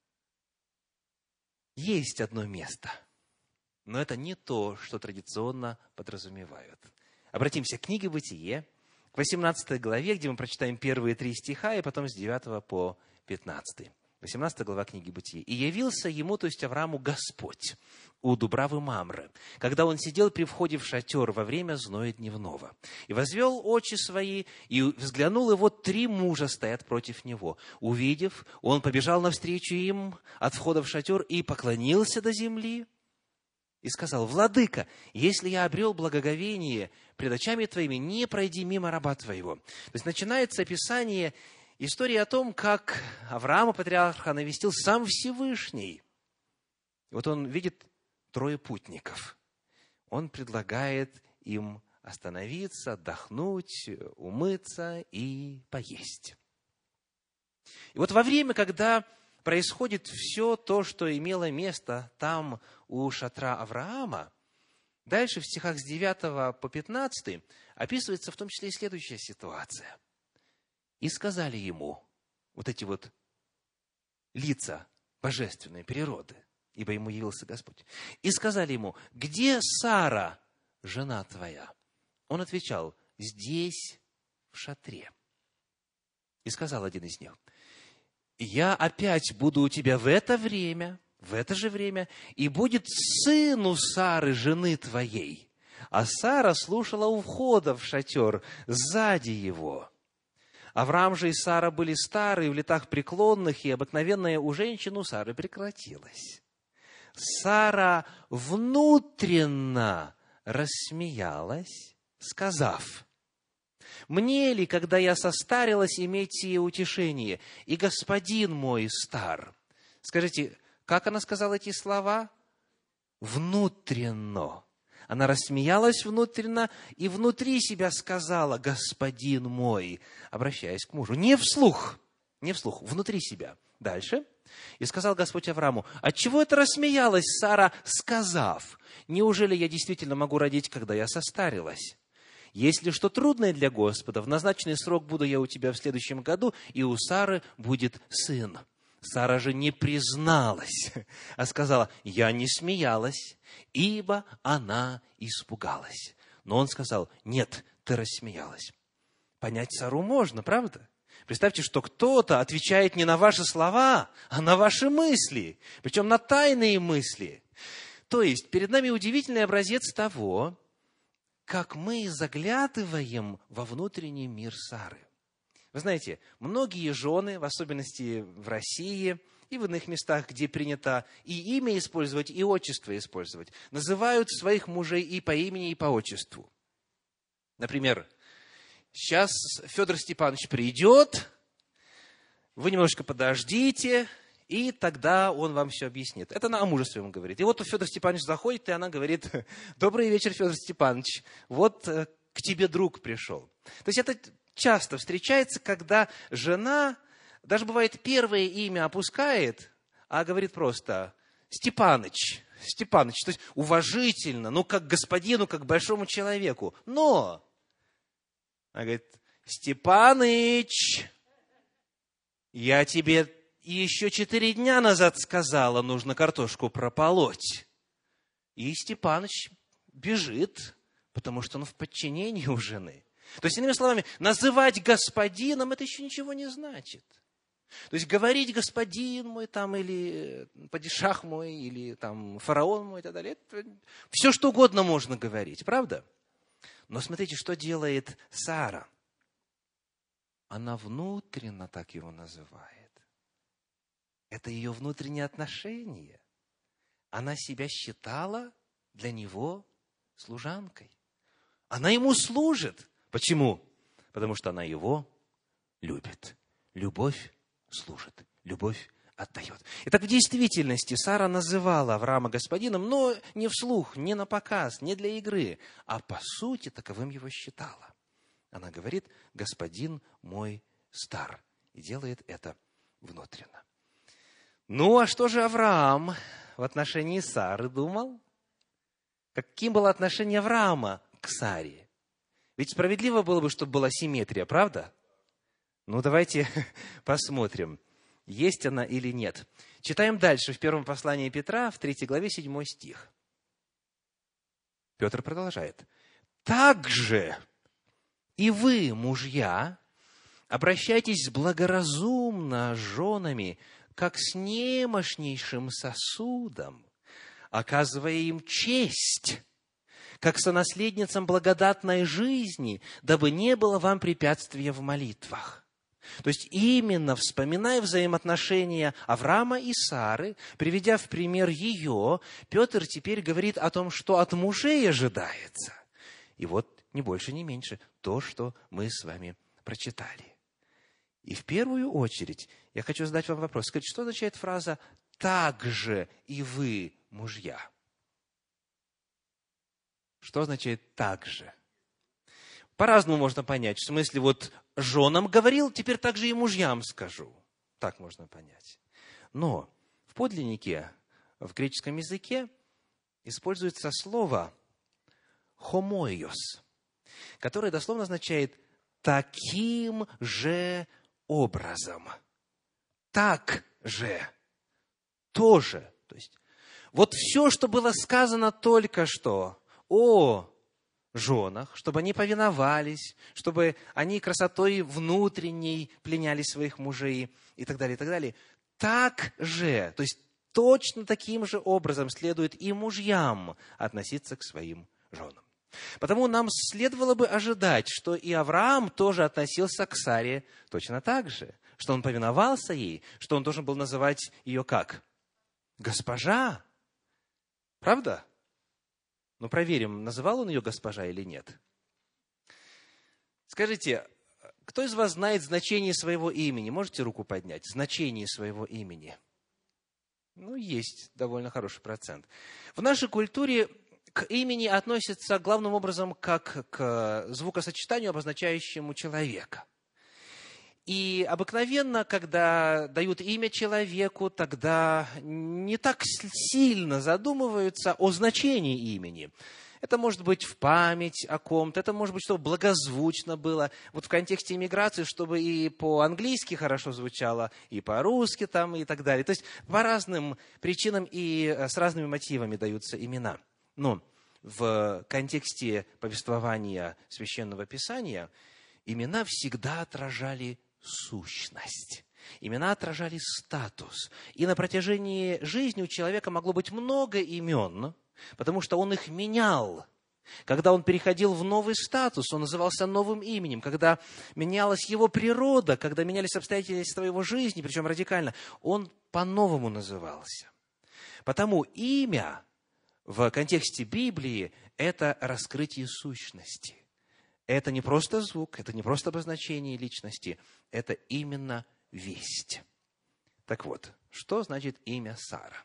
Есть одно место, но это не то, что традиционно подразумевают. Обратимся к книге «Бытие», к 18 главе, где мы прочитаем первые 3 стиха, и потом с 9 по 15. 18 глава книги «Бытие». «И явился ему, то есть Аврааму, Господь у Дубравы Мамры, когда он сидел при входе в шатер во время зноя дневного. И возвел очи свои, и взглянул, и вот 3 мужа стоят против него. Увидев, он побежал навстречу им от входа в шатер и поклонился до земли. И сказал: Владыка, если я обрел благоговение пред очами твоими, не пройди мимо раба твоего». То есть начинается описание истории о том, как Авраама, патриарха, навестил сам Всевышний. И вот он видит 3 путников. Он предлагает им остановиться, отдохнуть, умыться и поесть. И вот во время, когда происходит все то, что имело место там у шатра Авраама, дальше в стихах с 9 по 15 описывается в том числе и следующая ситуация. «И сказали ему», вот эти вот лица божественной природы, ибо ему явился Господь, «и сказали ему: где Сара, жена твоя?» Он отвечал: здесь, в шатре. И сказал один из них: я опять буду у тебя в это же время, и будет сын у Сары, жены твоей. А Сара слушала у входа в шатер, сзади его. Авраам же и Сара были старые, в летах преклонных, и обыкновенная у женщин у Сары прекратилась. Сара внутренно рассмеялась, сказав: мне ли, когда я состарилась, иметь сие утешение, и господин мой стар? Скажите, как она сказала эти слова? Внутренно. Она рассмеялась внутренно и внутри себя сказала: господин мой, обращаясь к мужу. Не вслух, внутри себя. Дальше. И сказал Господь Аврааму: отчего это рассмеялась Сара, сказав: неужели я действительно могу родить, когда я состарилась? Если что трудное для Господа, в назначенный срок буду я у тебя в следующем году, и у Сары будет сын. Сара же не призналась, а сказала: я не смеялась, ибо она испугалась. Но он сказал: нет, ты рассмеялась. Понять Сару можно, правда? Представьте, что кто-то отвечает не на ваши слова, а на ваши мысли, причем на тайные мысли. То есть перед нами удивительный образец того, как мы заглядываем во внутренний мир Сары. Вы знаете, многие жены, в особенности в России и в иных местах, где принято и имя использовать, и отчество использовать, называют своих мужей и по имени, и по отчеству. Например, сейчас Федор Степанович придет, вы немножко подождите, и тогда он вам все объяснит. Это она о муже своем говорит. И вот Федор Степанович заходит, и она говорит: добрый вечер, Федор Степанович, вот к тебе друг пришел. То есть это часто встречается, когда жена, даже бывает первое имя опускает, а говорит просто Степаныч, Степаныч, то есть уважительно, ну как господину, как большому человеку. Но она говорит: Степаныч, я тебе еще 4 дня назад сказала, нужно картошку прополоть. И Степаныч бежит, потому что он в подчинении у жены. То есть, иными словами, называть господином, это еще ничего не значит. То есть, говорить господин мой, там, или падишах мой, или там, фараон мой, и так далее, это все что угодно можно говорить, правда? Но смотрите, что делает Сара. Она внутренно так его называет. Это ее внутреннее отношение. Она себя считала для него служанкой. Она ему служит. Почему? Потому что она его любит. Любовь служит. Любовь отдает. Итак, в действительности Сара называла Авраама господином, но не вслух, не на показ, не для игры, а по сути таковым его считала. Она говорит: господин мой стар. И делает это внутренно. Ну, а что же Авраам в отношении Сары думал? Каким было отношение Авраама к Саре? Ведь справедливо было бы, чтобы была симметрия, правда? Ну, давайте посмотрим, есть она или нет. Читаем дальше в первом послании Петра, в 3 главе, 7 стих. Петр продолжает. «Также и вы, мужья, обращайтесь благоразумно с женами, как с немощнейшим сосудом, оказывая им честь, как сонаследницам благодатной жизни, дабы не было вам препятствия в молитвах». То есть именно вспоминая взаимоотношения Авраама и Сары, приведя в пример ее, Петр теперь говорит о том, что от мужей ожидается. И вот ни больше, ни меньше то, что мы с вами прочитали. И в первую очередь я хочу задать вам вопрос. Скажите, что означает фраза «так же и вы, мужья»? Что означает «так же»? По-разному можно понять. В смысле, вот женам говорил, теперь также и мужьям скажу. Так можно понять. Но в подлиннике, в греческом языке, используется слово «хомоиос», которое дословно означает «таким же образом». Так же. Тоже. То есть, вот все, что было сказано только что о женах, чтобы они повиновались, чтобы они красотой внутренней пленяли своих мужей и так далее, так же, то есть точно таким же образом следует и мужьям относиться к своим женам. Потому нам следовало бы ожидать, что и Авраам тоже относился к Саре точно так же, что он повиновался ей, что он должен был называть ее как? Госпожа. Правда? Ну, проверим, называл он ее госпожа или нет. Скажите, кто из вас знает значение своего имени? Можете руку поднять? Значение своего имени. Ну, есть довольно хороший процент. В нашей культуре к имени относятся главным образом как к звукосочетанию, обозначающему человека. И обыкновенно, когда дают имя человеку, тогда не так сильно задумываются о значении имени. Это может быть в память о ком-то, это может быть, чтобы благозвучно было. Вот в контексте иммиграции, чтобы и по-английски хорошо звучало, и по-русски там, и так далее. То есть по разным причинам и с разными мотивами даются имена. Но в контексте повествования Священного Писания имена всегда отражали сущность. Имена отражали статус. И на протяжении жизни у человека могло быть много имен, потому что он их менял. Когда он переходил в новый статус, он назывался новым именем. Когда менялась его природа, когда менялись обстоятельства его жизни, причем радикально, он по-новому назывался. Потому имя в контексте Библии – это раскрытие сущности. Это не просто звук, это не просто обозначение личности, это именно весть. Так вот, что значит имя Сара?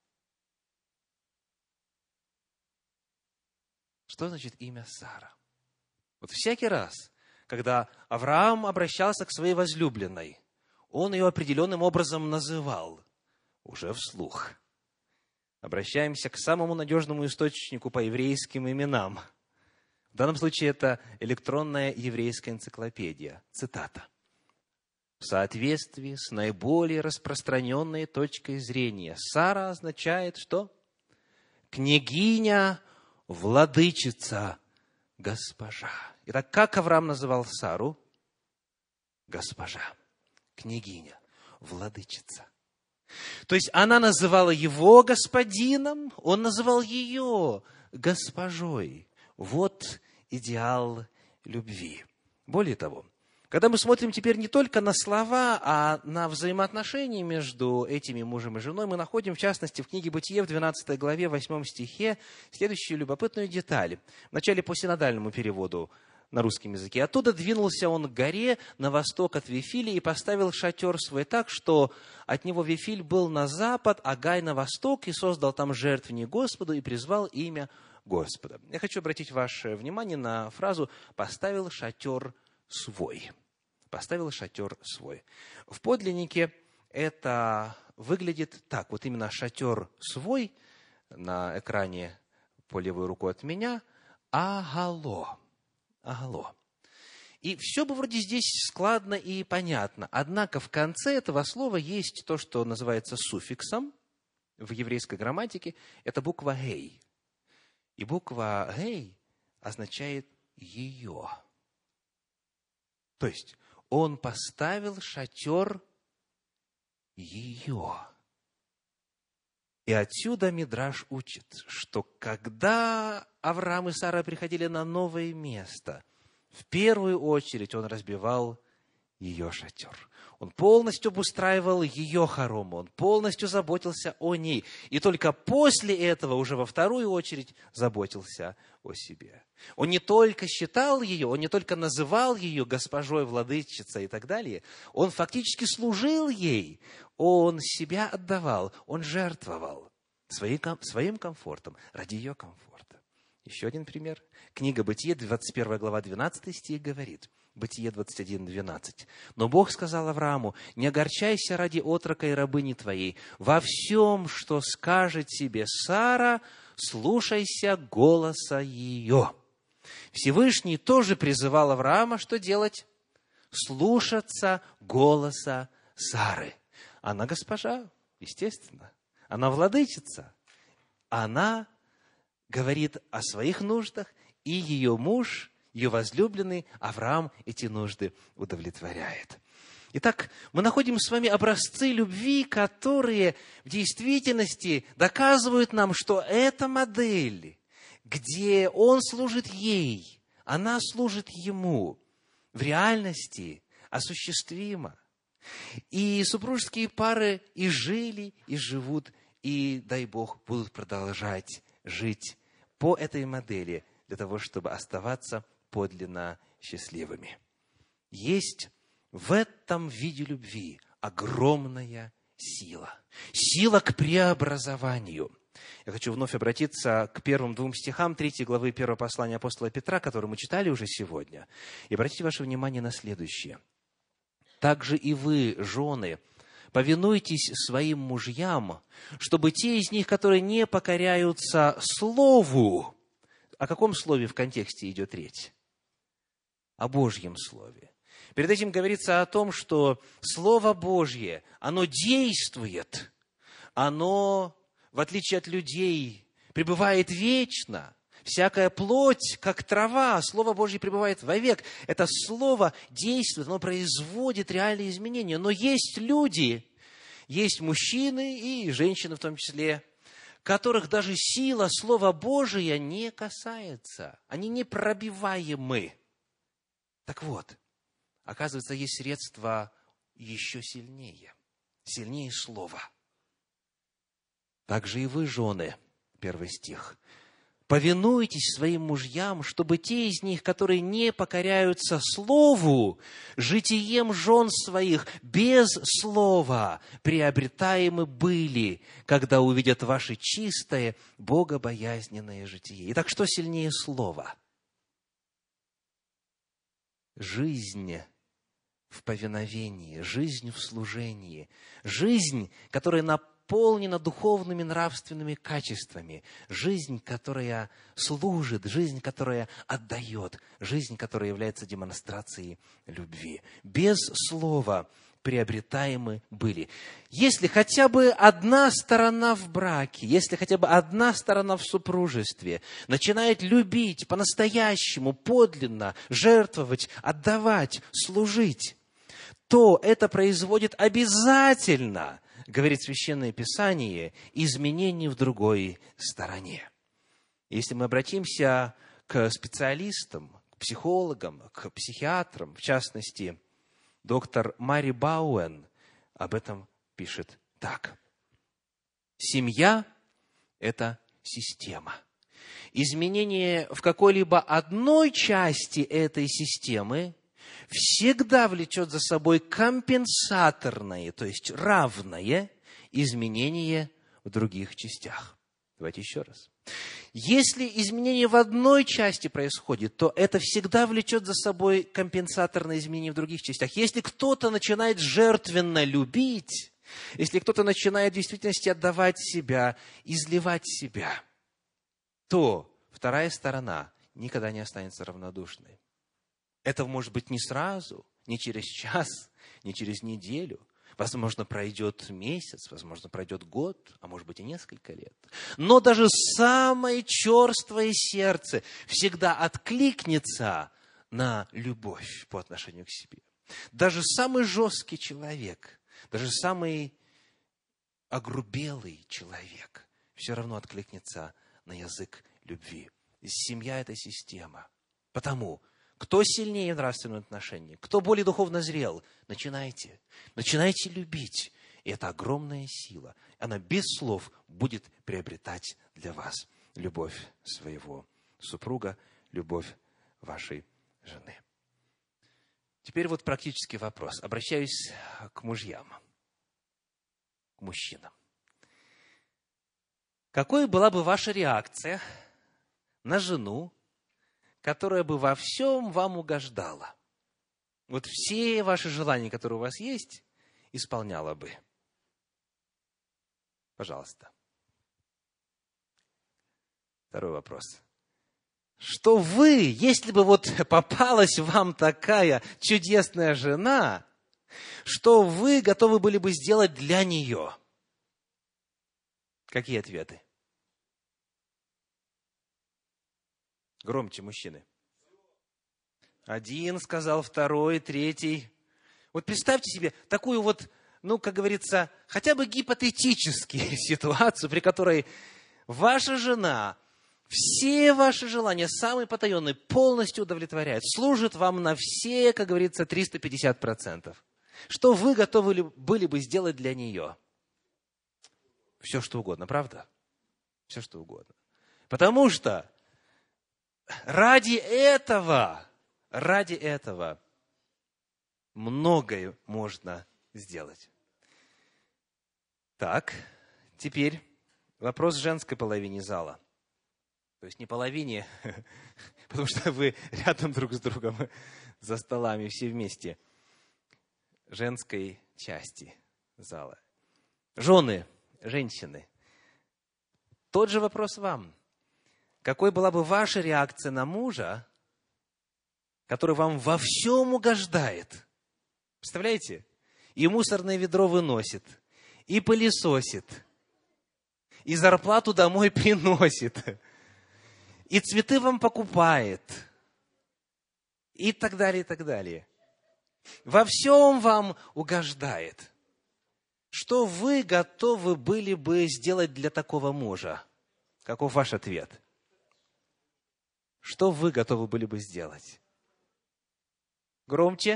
Что значит имя Сара? Вот всякий раз, когда Авраам обращался к своей возлюбленной, он ее определенным образом называл, уже вслух. Обращаемся к самому надежному источнику по еврейским именам. В данном случае это электронная еврейская энциклопедия. Цитата. В соответствии с наиболее распространенной точкой зрения, Сара означает что? Княгиня, владычица, госпожа. Итак, как Авраам называл Сару? Госпожа, княгиня, владычица. То есть она называла его господином, он называл ее госпожой. Вот идеал любви. Более того, когда мы смотрим теперь не только на слова, а на взаимоотношения между этими мужем и женой, мы находим, в частности, в книге «Бытие» в 12 главе, 8 стихе, следующую любопытную деталь. Вначале по синодальному переводу на русском языке. Оттуда двинулся он к горе на восток от Вифиля и поставил шатер свой так, что от него Вифиль был на запад, а Гай на восток, и создал там жертвенник Господу и призвал имя Господа. Я хочу обратить ваше внимание на фразу «поставил шатер свой». Поставил шатер свой. В подлиннике это выглядит так. Вот именно шатер свой на экране по левой руку от меня. Агало. Агало. И все бы вроде здесь складно и понятно. Однако в конце этого слова есть то, что называется суффиксом в еврейской грамматике. Это буква «гей». И буква «гей» означает «ее». То есть он поставил шатер ее. И отсюда Мидраш учит, что когда Авраам и Сара приходили на новое место, в первую очередь он разбивал ее шатер. Он полностью обустраивал ее хорому, он полностью заботился о ней. И только после этого, уже во вторую очередь, заботился о себе. Он не только считал ее, он не только называл ее госпожой, владычицей и так далее, он фактически служил ей, он себя отдавал, он жертвовал своим комфортом ради ее комфорта. Еще один пример. Книга Бытие, 21 глава, 12 стих говорит, Бытие 21, 12. «Но Бог сказал Аврааму, не огорчайся ради отрока и рабыни твоей. Во всем, что скажет тебе Сара, слушайся голоса ее». Всевышний тоже призывал Авраама что делать? Слушаться голоса Сары. Она госпожа, естественно. Она владычица. Она говорит о своих нуждах, и ее муж, ее возлюбленный Авраам эти нужды удовлетворяет. Итак, мы находим с вами образцы любви, которые в действительности доказывают нам, что эта модель, где он служит ей, она служит ему, в реальности осуществима. И супружеские пары и жили, и живут, и, дай Бог, будут продолжать жить по этой модели, для того, чтобы оставаться подлинно счастливыми. Есть в этом виде любви огромная сила. Сила к преобразованию. Я хочу вновь обратиться к первым двум стихам 3 главы 1 послания апостола Петра, которые мы читали уже сегодня. И обратите ваше внимание на следующее. «Также и вы, жены, повинуйтесь своим мужьям, чтобы те из них, которые не покоряются слову». О каком слове в контексте идет речь? О Божьем слове. Перед этим говорится о том, что Слово Божье, оно действует, оно, в отличие от людей, пребывает вечно. Всякая плоть, как трава, Слово Божье пребывает вовек. Это Слово действует, оно производит реальные изменения. Но есть люди, есть мужчины и женщины в том числе, которых даже сила Слова Божия не касается. Они непробиваемы. Так вот, оказывается, есть средства еще сильнее. Сильнее Слова. «Также и вы, жены», 1 стих, Повинуйтесь своим мужьям, чтобы те из них, которые не покоряются слову, житием жен своих без слова приобретаемы были, когда увидят ваше чистое, богобоязненное житие. Итак, что сильнее слова? Жизнь в повиновении, жизнь в служении, жизнь, которая наполнена духовными нравственными качествами, жизнь, которая служит, жизнь, которая отдает, жизнь, которая является демонстрацией любви. Без слова приобретаемы были. Если хотя бы одна сторона в браке, если хотя бы одна сторона в супружестве начинает любить по-настоящему, подлинно, жертвовать, отдавать, служить, то это производит обязательно, говорит Священное Писание, изменения в другой стороне. Если мы обратимся к специалистам, к психологам, к психиатрам, в частности, доктор Мари Бауэн об этом пишет так. Семья – это система. Изменение в какой-либо одной части этой системы всегда влечет за собой компенсаторное, то есть равное изменение в других частях. Давайте еще раз. Если изменение в одной части происходит, то это всегда влечет за собой компенсаторное изменение в других частях. Если кто-то начинает жертвенно любить, если кто-то начинает в действительности отдавать себя, изливать себя, то вторая сторона никогда не останется равнодушной. Это может быть не сразу, не через час, не через неделю. Возможно, пройдет месяц, возможно, пройдет год, а может быть и несколько лет. Но даже самое черствое сердце всегда откликнется на любовь по отношению к себе. Даже самый жесткий человек, даже самый огрубелый человек все равно откликнется на язык любви. Семья – это система. Потому кто сильнее в нравственном отношении, кто более духовно зрел, начинайте любить. И это огромная сила. Она без слов будет приобретать для вас любовь своего супруга, любовь вашей жены. Теперь вот практический вопрос. Обращаюсь к мужьям, к мужчинам. Какой была бы ваша реакция на жену, которая бы во всем вам угождала? Вот все ваши желания, которые у вас есть, исполняла бы. Пожалуйста. Второй вопрос. Что вы, если бы вот попалась вам такая чудесная жена, что вы готовы были бы сделать для нее? Какие ответы? Громче, мужчины. Один сказал, второй, третий. Вот представьте себе такую вот, как говорится, хотя бы гипотетически ситуацию, при которой ваша жена все ваши желания, самые потаенные, полностью удовлетворяет, служит вам на все, как говорится, 350%. Что вы готовы были бы сделать для нее? Все, что угодно, правда? Все, что угодно. Потому что ради этого многое можно сделать. Так, теперь вопрос женской половине зала. То есть не половине, потому что вы рядом друг с другом за столами все вместе. Женской части зала. Жены, женщины. Тот же вопрос вам. Какой была бы ваша реакция на мужа, который вам во всем угождает? Представляете? И мусорное ведро выносит, и пылесосит, и зарплату домой приносит, и цветы вам покупает, и так далее, и так далее. Во всем вам угождает. Что вы готовы были бы сделать для такого мужа? Каков ваш ответ? Что вы готовы были бы сделать? Громче.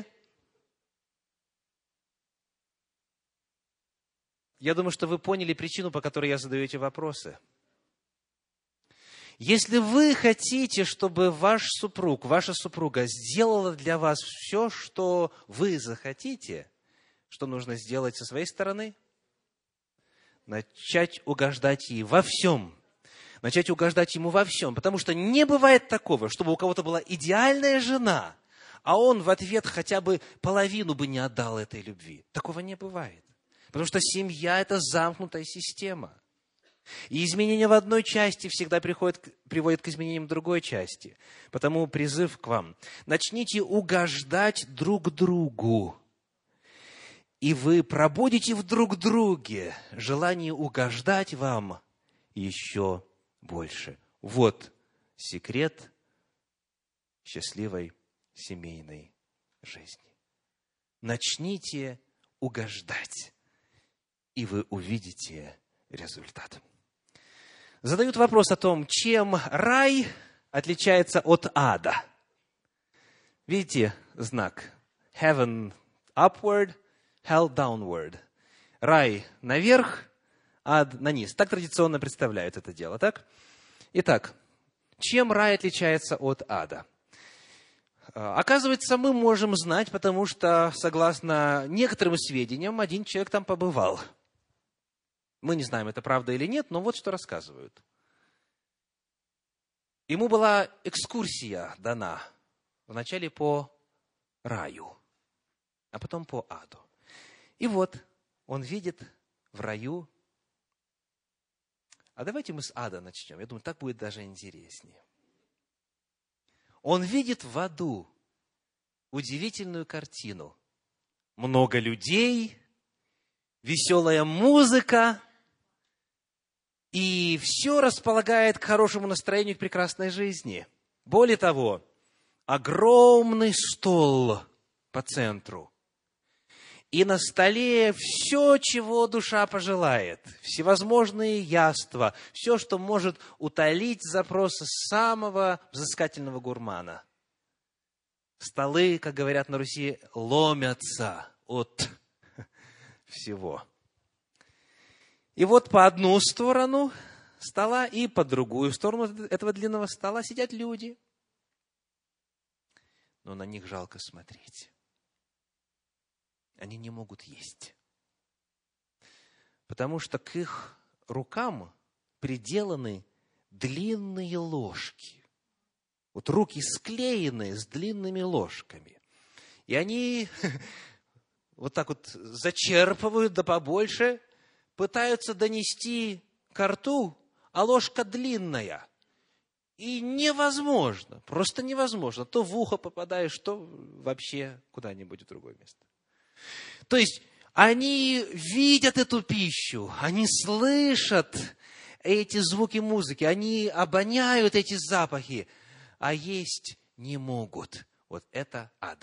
Я думаю, что вы поняли причину, по которой я задаю эти вопросы. Если вы хотите, чтобы ваш супруг, ваша супруга сделала для вас все, что вы захотите, что нужно сделать со своей стороны? Начать угождать ей во всем. Начать угождать ему во всем. Потому что не бывает такого, чтобы у кого-то была идеальная жена, а он в ответ хотя бы половину бы не отдал этой любви. Такого не бывает. Потому что семья – это замкнутая система. И изменения в одной части всегда приводят к изменениям в другой части. Потому призыв к вам. Начните угождать друг другу. И вы пробудите в друг друге желание угождать вам еще больше. Вот секрет счастливой семейной жизни. Начните угождать, и вы увидите результат. Задают вопрос о том, чем рай отличается от ада. Видите знак? Heaven upward, hell downward. Рай наверх, ад на низ. Так традиционно представляют это дело, так? Итак, чем рай отличается от ада? Оказывается, мы можем знать, потому что, согласно некоторым сведениям, один человек там побывал. Мы не знаем, это правда или нет, но вот что рассказывают. Ему была экскурсия дана вначале по раю, а потом по аду. И вот он видит в раю. А давайте мы с ада начнем. Я думаю, так будет даже интереснее. Он видит в аду удивительную картину. Много людей, веселая музыка, и все располагает к хорошему настроению, к прекрасной жизни. Более того, огромный стол по центру. И на столе все, чего душа пожелает. Всевозможные яства. Все, что может утолить запросы самого взыскательного гурмана. Столы, как говорят на Руси, ломятся от всего. И вот по одну сторону стола и по другую сторону этого длинного стола сидят люди. Но на них жалко смотреть. Они не могут есть. Потому что к их рукам приделаны длинные ложки. Вот руки склеены с длинными ложками. И они вот так вот зачерпывают да побольше, пытаются донести ко рту, а ложка длинная. И невозможно, просто невозможно. То в ухо попадаешь, то вообще куда-нибудь в другое место. То есть они видят эту пищу, они слышат эти звуки музыки, они обоняют эти запахи, а есть не могут. Вот это ад.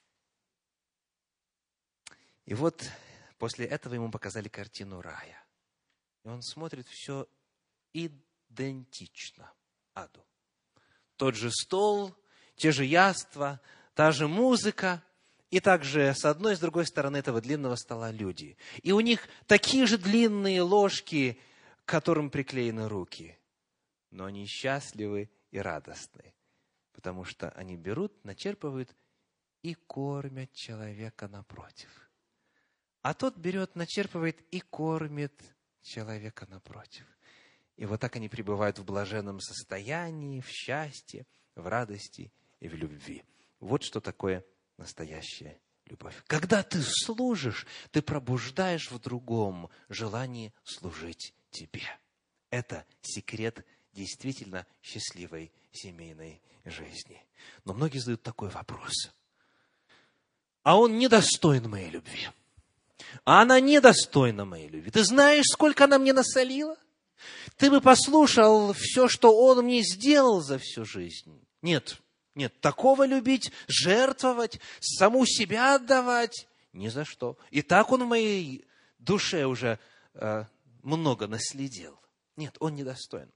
И вот после этого ему показали картину рая. И он смотрит, все идентично аду. Тот же стол, те же яства, та же музыка. И также с одной и с другой стороны этого длинного стола люди. И у них такие же длинные ложки, к которым приклеены руки. Но они счастливы и радостны. Потому что они берут, начерпывают и кормят человека напротив. А тот берет, начерпывает и кормит человека напротив. И вот так они пребывают в блаженном состоянии, в счастье, в радости и в любви. Вот что такое настоящая любовь. Когда ты служишь, ты пробуждаешь в другом желание служить тебе. Это секрет действительно счастливой семейной жизни. Но многие задают такой вопрос. А он недостоин моей любви. А она недостойна моей любви. Ты знаешь, сколько она мне насолила? Ты бы послушал все, что он мне сделал за всю жизнь. Нет, такого любить, жертвовать, саму себя отдавать, ни за что. И так он в моей душе уже много наследил. Нет, он недостоин.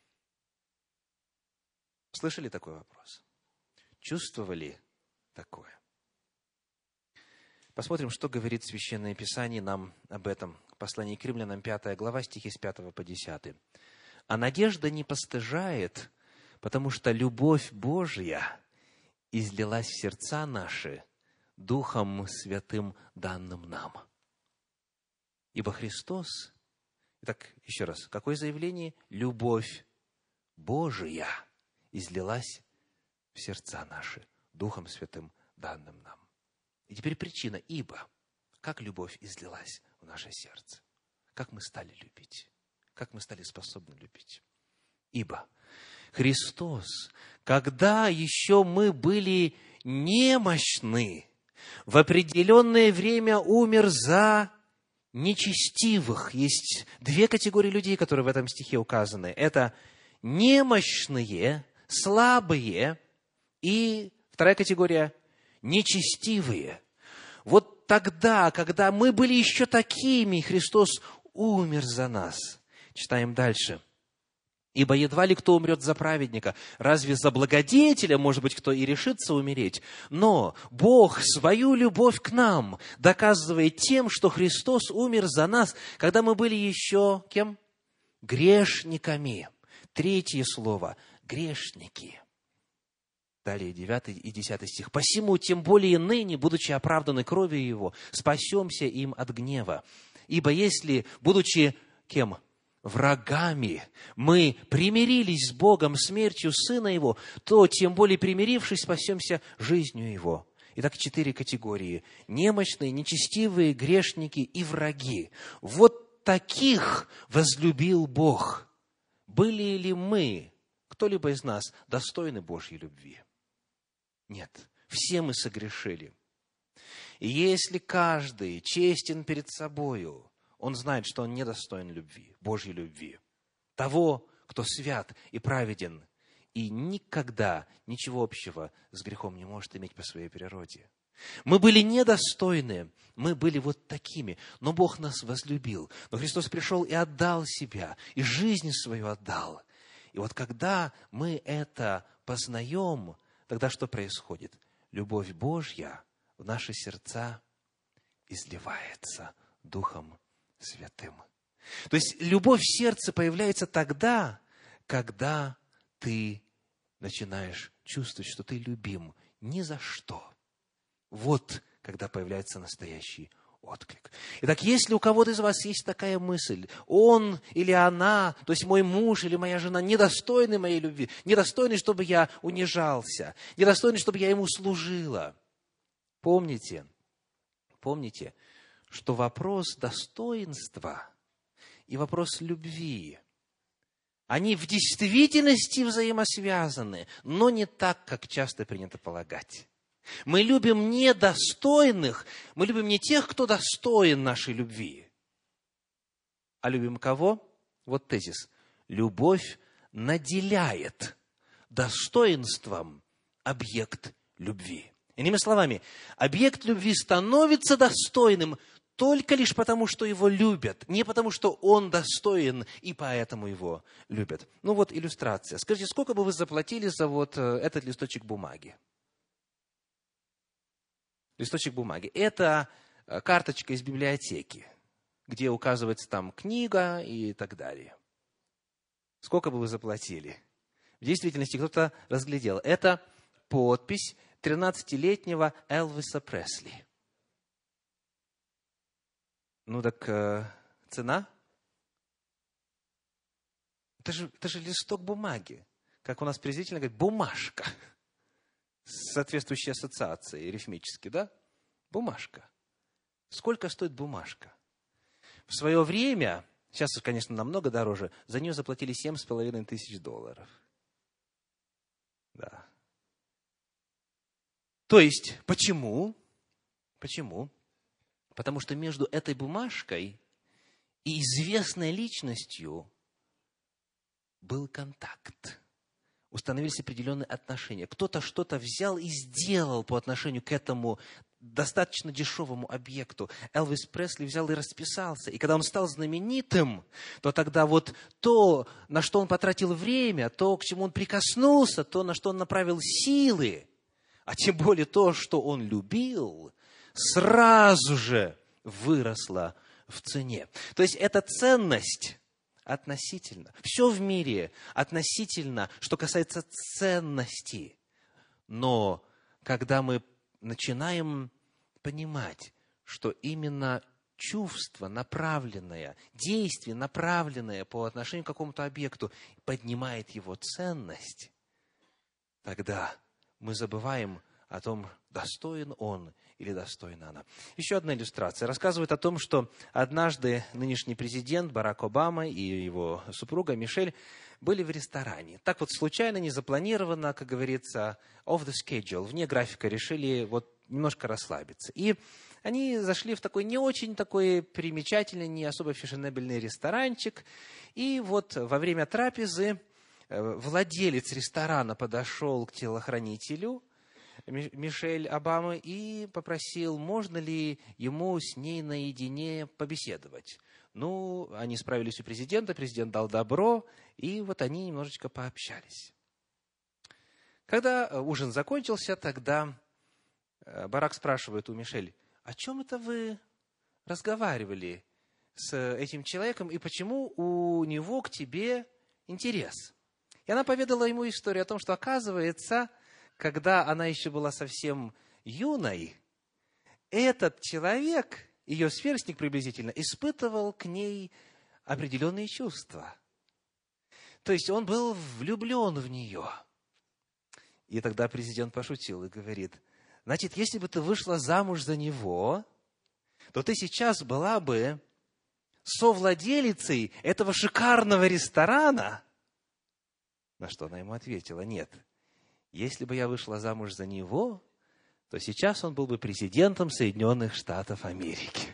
Слышали такой вопрос? Чувствовали такое? Посмотрим, что говорит Священное Писание нам об этом. Послание к Римлянам, 5 глава, стихи с 5 по 10. А надежда не постыжает, потому что любовь Божья излилась в сердца наши Духом Святым, данным нам. Ибо Христос, итак, еще раз, какое заявление? Любовь Божия излилась в сердца наши Духом Святым, данным нам. И теперь причина, ибо. Как любовь излилась в наше сердце? Как мы стали любить? Как мы стали способны любить? Ибо Христос, когда еще мы были немощны, в определенное время умер за нечестивых. Есть две категории людей, которые в этом стихе указаны. Это немощные, слабые, и вторая категория – нечестивые. Вот тогда, когда мы были еще такими, Христос умер за нас. Читаем дальше. «Ибо едва ли кто умрет за праведника, разве за благодетеля, может быть, кто и решится умереть? Но Бог свою любовь к нам доказывает тем, что Христос умер за нас, когда мы были еще кем? Грешниками». Третье слово – грешники. Далее 9 и 10 стих. «Посему, тем более ныне, будучи оправданы кровью Его, спасемся им от гнева. Ибо если, будучи кем? Врагами, мы примирились с Богом смертью Сына Его, то тем более примирившись, спасемся жизнью Его». Итак, 4 категории. Немощные, нечестивые, грешники и враги. Вот таких возлюбил Бог. Были ли мы, кто-либо из нас, достойны Божьей любви? Нет. Все мы согрешили. И если каждый честен перед собою, он знает, что он недостоин любви, Божьей любви, того, кто свят и праведен, и никогда ничего общего с грехом не может иметь по своей природе. Мы были недостойны, мы были вот такими, но Бог нас возлюбил. Но Христос пришел и отдал себя, и жизнь свою отдал. И вот когда мы это познаем, тогда что происходит? Любовь Божья в наши сердца изливается Духом Святым. То есть любовь в сердце появляется тогда, когда ты начинаешь чувствовать, что ты любим ни за что. Вот когда появляется настоящий отклик. Итак, если у кого-то из вас есть такая мысль, он или она, то есть мой муж или моя жена, недостойны моей любви, недостойны, чтобы я унижался, недостойны, чтобы я ему служила. Помните, что вопрос достоинства и вопрос любви, они в действительности взаимосвязаны, но не так, как часто принято полагать. Мы любим недостойных, мы любим не тех, кто достоин нашей любви, а любим кого? Вот тезис. Любовь наделяет достоинством объект любви. Иными словами, объект любви становится достойным только лишь потому, что его любят, не потому, что он достоин, и поэтому его любят. Ну вот иллюстрация. Скажите, сколько бы вы заплатили за вот этот листочек бумаги? Листочек бумаги. Это карточка из библиотеки, где указывается там книга и так далее. Сколько бы вы заплатили? В действительности кто-то разглядел. Это подпись 13-летнего Элвиса Пресли. Ну так цена? Это же листок бумаги. Как у нас презрительно говорят, бумажка. С соответствующей ассоциацией рифмически, да? Бумажка. Сколько стоит бумажка? В свое время, сейчас, конечно, намного дороже, за нее заплатили $7,500. Да. То есть, почему? Почему? Потому что между этой бумажкой и известной личностью был контакт. Установились определенные отношения. Кто-то что-то взял и сделал по отношению к этому достаточно дешевому объекту. Элвис Пресли взял и расписался. И когда он стал знаменитым, то тогда вот то, на что он потратил время, то, к чему он прикоснулся, то, на что он направил силы, а тем более то, что он любил, сразу же выросло в цене. То есть эта ценность, относительно. Все в мире относительно, что касается ценности. Но когда мы начинаем понимать, что именно чувство, направленное, действие, направленное по отношению к какому-то объекту, поднимает его ценность, тогда мы забываем о том, достоин он или достойна она. Еще одна иллюстрация. Рассказывает о том, что однажды нынешний президент Барак Обама и его супруга Мишель были в ресторане. Так вот случайно, незапланированно, как говорится, off the schedule, вне графика, решили вот немножко расслабиться. И они зашли в такой не очень такой примечательный, не особо фешенебельный ресторанчик. И вот во время трапезы владелец ресторана подошел к телохранителю Мишель Обамы и попросил, можно ли ему с ней наедине побеседовать. Ну, они справились у президента, президент дал добро, и вот они немножечко пообщались. Когда ужин закончился, тогда Барак спрашивает у Мишель: о чем это вы разговаривали с этим человеком, и почему у него к тебе интерес? И она поведала ему историю о том, что, оказывается, когда она еще была совсем юной, этот человек, ее сверстник приблизительно, испытывал к ней определенные чувства. То есть он был влюблен в нее. И тогда президент пошутил и говорит: значит, если бы ты вышла замуж за него, то ты сейчас была бы совладелицей этого шикарного ресторана. На что она ему ответила: нет, если бы я вышла замуж за него, то сейчас он был бы президентом Соединенных Штатов Америки.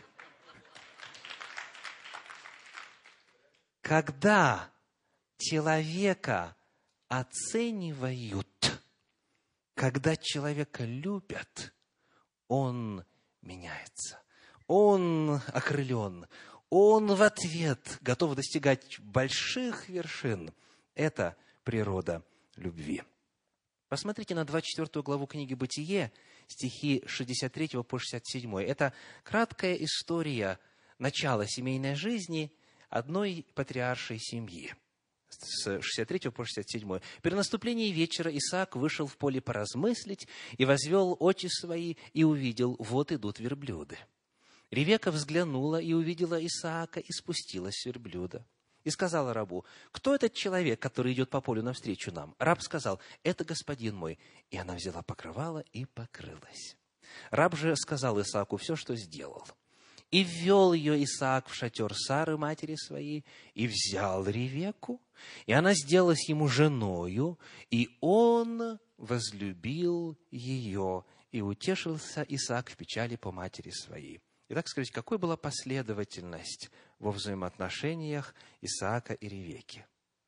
Когда человека оценивают, когда человека любят, он меняется. Он окрылен. Он в ответ готов достигать больших вершин. Это природа любви. Посмотрите на 24 главу книги «Бытие», стихи 63 по 67. Это краткая история начала семейной жизни одной патриаршей семьи. С 63 по 67. «При наступлении вечера Исаак вышел в поле поразмыслить и возвел очи свои, и увидел, вот идут верблюды. Ревека взглянула и увидела Исаака, и спустилась с верблюда. И сказала рабу: кто этот человек, который идет по полю навстречу нам? Раб сказал: это господин мой. И она взяла покрывало и покрылась. Раб же сказал Исааку все, что сделал. И ввел ее Исаак в шатер Сары, матери своей, и взял Ревеку, и она сделалась ему женою, и он возлюбил ее, и утешился Исаак в печали по матери своей». Итак, скажите, какой была последовательность во взаимоотношениях Исаака и Ревеки?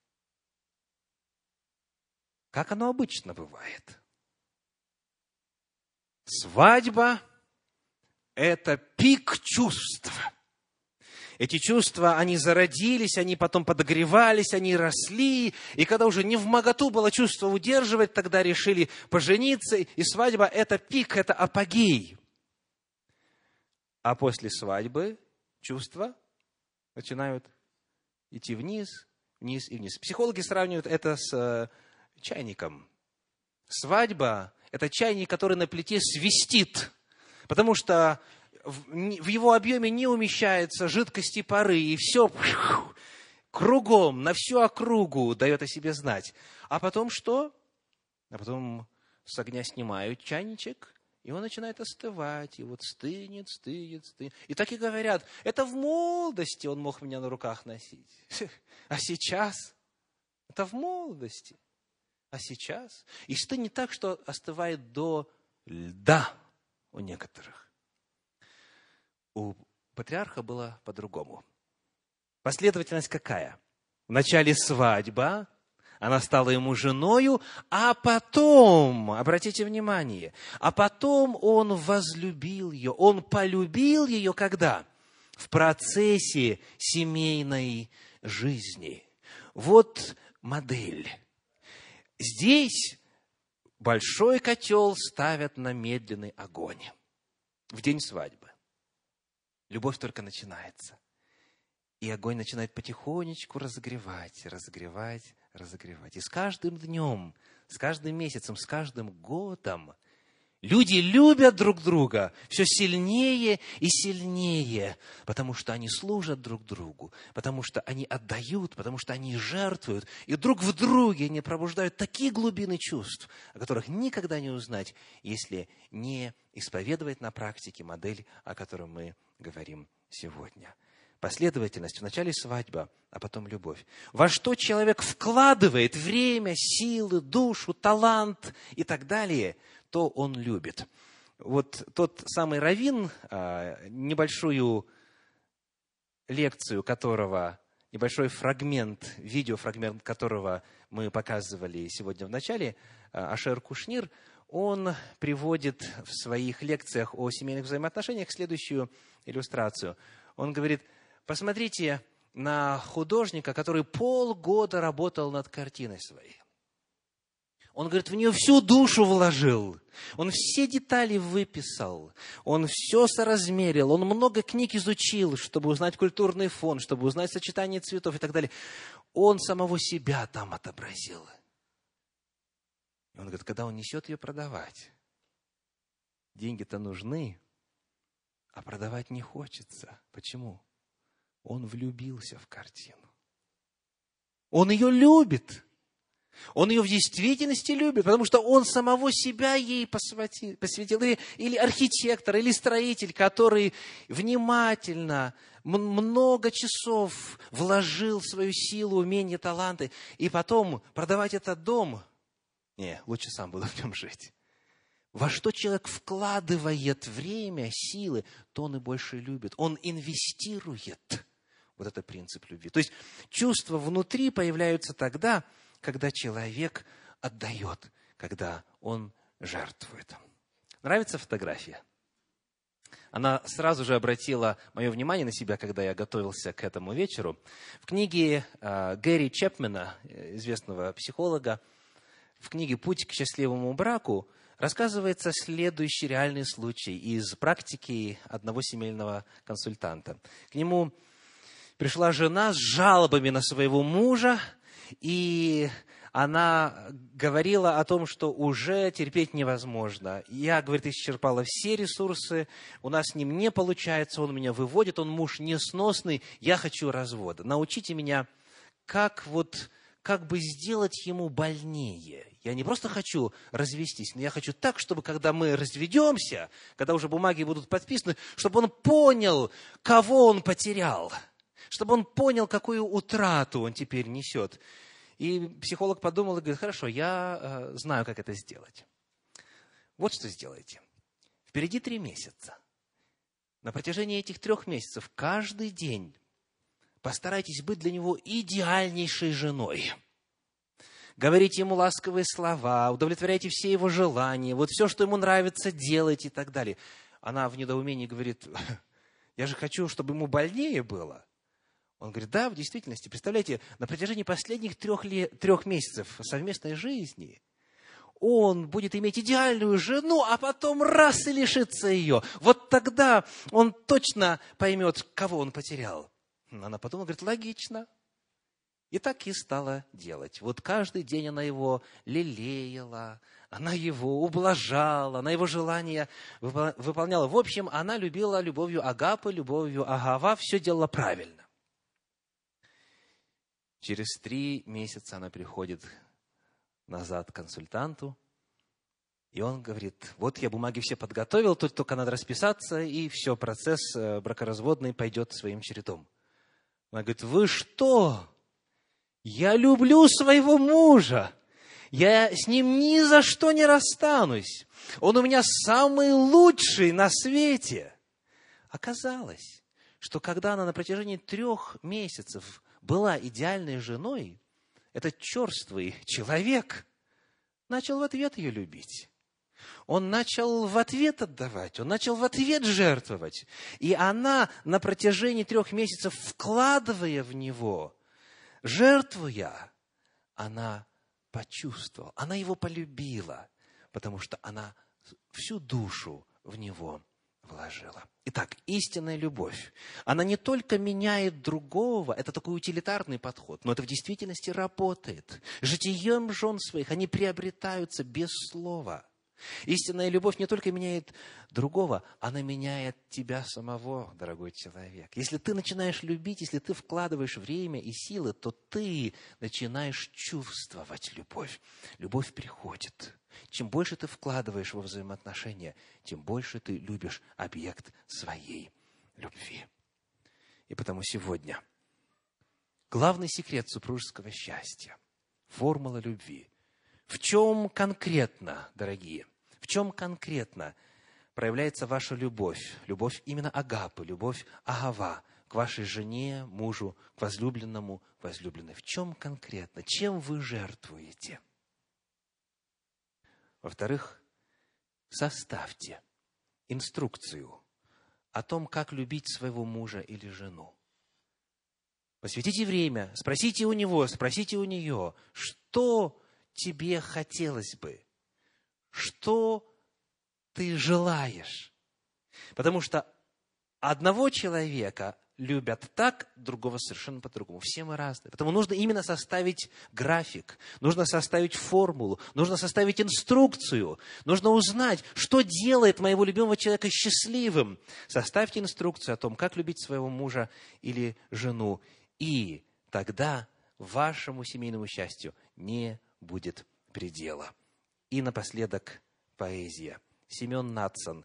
Как оно обычно бывает? Свадьба – это пик чувств. Эти чувства, они зародились, они потом подогревались, они росли. И когда уже не вмоготу было чувство удерживать, тогда решили пожениться. И свадьба – это пик, это апогей. А после свадьбы чувства начинают идти вниз, вниз и вниз. Психологи сравнивают это с чайником. Свадьба – это чайник, который на плите свистит, потому что в его объеме не умещается жидкости пары, и все кругом, на всю округу дает о себе знать. А потом что? А потом с огня снимают чайничек, и он начинает остывать, и вот стынет. И так и говорят: это в молодости он мог меня на руках носить. А сейчас? Это в молодости. А сейчас? И стынет так, что остывает до льда у некоторых. У патриарха было по-другому. Последовательность какая? Вначале свадьба, она стала ему женою, а потом, обратите внимание, а потом он возлюбил ее. Он полюбил ее когда? В процессе семейной жизни. Вот модель. Здесь большой котел ставят на медленный огонь в день свадьбы. Любовь только начинается. И огонь начинает потихонечку разогревать. И с каждым днем, с каждым месяцем, с каждым годом люди любят друг друга все сильнее и сильнее, потому что они служат друг другу, потому что они отдают, потому что они жертвуют, и друг в друге они пробуждают такие глубины чувств, о которых никогда не узнать, если не исповедовать на практике модель, о которой мы говорим сегодня. Последовательность: вначале свадьба, а потом любовь. Во что человек вкладывает время, силы, душу, талант и так далее, то он любит. Вот тот самый раввин, небольшую лекцию которого, небольшой фрагмент, видеофрагмент которого мы показывали сегодня в начале, Ашер Кушнир, он приводит в своих лекциях о семейных взаимоотношениях следующую иллюстрацию. Он говорит: посмотрите на художника, который полгода работал над картиной своей. Он, говорит, в нее всю душу вложил. Он все детали выписал. Он все соразмерил. Он много книг изучил, чтобы узнать культурный фон, чтобы узнать сочетание цветов и так далее. Он самого себя там отобразил. И он говорит, когда он несет ее продавать, деньги-то нужны, а продавать не хочется. Почему? Он влюбился в картину. Он ее любит. Он ее в действительности любит, потому что он самого себя ей посвятил. Или архитектор, или строитель, который внимательно, много часов вложил свою силу, умение, таланты. И потом продавать этот дом, лучше сам буду в нем жить. Во что человек вкладывает время, силы, то он и больше любит. Он инвестирует. Вот это принцип любви. То есть чувства внутри появляются тогда, когда человек отдает, когда он жертвует. Нравится фотография? Она сразу же обратила мое внимание на себя, когда я готовился к этому вечеру. В книге Гэри Чепмена, известного психолога, в книге «Путь к счастливому браку» рассказывается следующий реальный случай из практики одного семейного консультанта. К нему пришла жена с жалобами на своего мужа, и она говорила о том, что уже терпеть невозможно. Я, говорит, исчерпала все ресурсы, у нас с ним не получается, он меня выводит, он муж несносный, я хочу развода. Научите меня, как бы сделать ему больнее. Я не просто хочу развестись, но я хочу так, чтобы когда мы разведемся, когда уже бумаги будут подписаны, чтобы он понял, кого он потерял. Чтобы он понял, какую утрату он теперь несет. И психолог подумал и говорит, хорошо, я знаю, как это сделать. Вот что сделайте. Впереди 3 месяца. На протяжении этих 3 месяцев каждый день постарайтесь быть для него идеальнейшей женой. Говорите ему ласковые слова, удовлетворяйте все его желания, вот все, что ему нравится, делайте и так далее. Она в недоумении говорит, я же хочу, чтобы ему больнее было. Он говорит, да, в действительности, представляете, на протяжении последних 3 месяцев совместной жизни он будет иметь идеальную жену, а потом раз и лишится ее. Вот тогда он точно поймет, кого он потерял. Она подумала, говорит, логично. И так и стала делать. Вот каждый день она его лелеяла, она его ублажала, она его желания выполняла. В общем, она любила любовью агапы, любовью агава, все делала правильно. Через 3 месяца она приходит назад к консультанту, и он говорит, вот я бумаги все подготовил, тут только надо расписаться, и все, процесс бракоразводный пойдет своим чередом. Она говорит, вы что? Я люблю своего мужа, я с ним ни за что не расстанусь, он у меня самый лучший на свете. Оказалось, что когда она на протяжении 3 месяцев была идеальной женой, этот черствый человек начал в ответ ее любить. Он начал в ответ отдавать, он начал в ответ жертвовать. И она на протяжении 3 месяцев, вкладывая в него, жертвуя, она почувствовала, она его полюбила, потому что она всю душу в него вложила. Итак, истинная любовь, она не только меняет другого, это такой утилитарный подход, но это в действительности работает. Житием жен своих они приобретаются без слова. Истинная любовь не только меняет другого, она меняет тебя самого, дорогой человек. Если ты начинаешь любить, если ты вкладываешь время и силы, то ты начинаешь чувствовать любовь. Любовь приходит. Чем больше ты вкладываешь во взаимоотношения, тем больше ты любишь объект своей любви. И потому сегодня главный секрет супружеского счастья, формула любви. В чем конкретно, дорогие, в чем конкретно проявляется ваша любовь? Любовь именно агапы, любовь агава к вашей жене, мужу, к возлюбленному, возлюбленной. В чем конкретно? Чем вы жертвуете? Во-вторых, составьте инструкцию о том, как любить своего мужа или жену. Посвятите время, спросите у него, спросите у нее, что тебе хотелось бы, что ты желаешь. Потому что одного человека любят так, другого совершенно по-другому. Все мы разные. Потому нужно именно составить график, нужно составить формулу, нужно составить инструкцию, нужно узнать, что делает моего любимого человека счастливым. Составьте инструкцию о том, как любить своего мужа или жену, и тогда вашему семейному счастью не будет предела. И напоследок поэзия. Семен Надсон,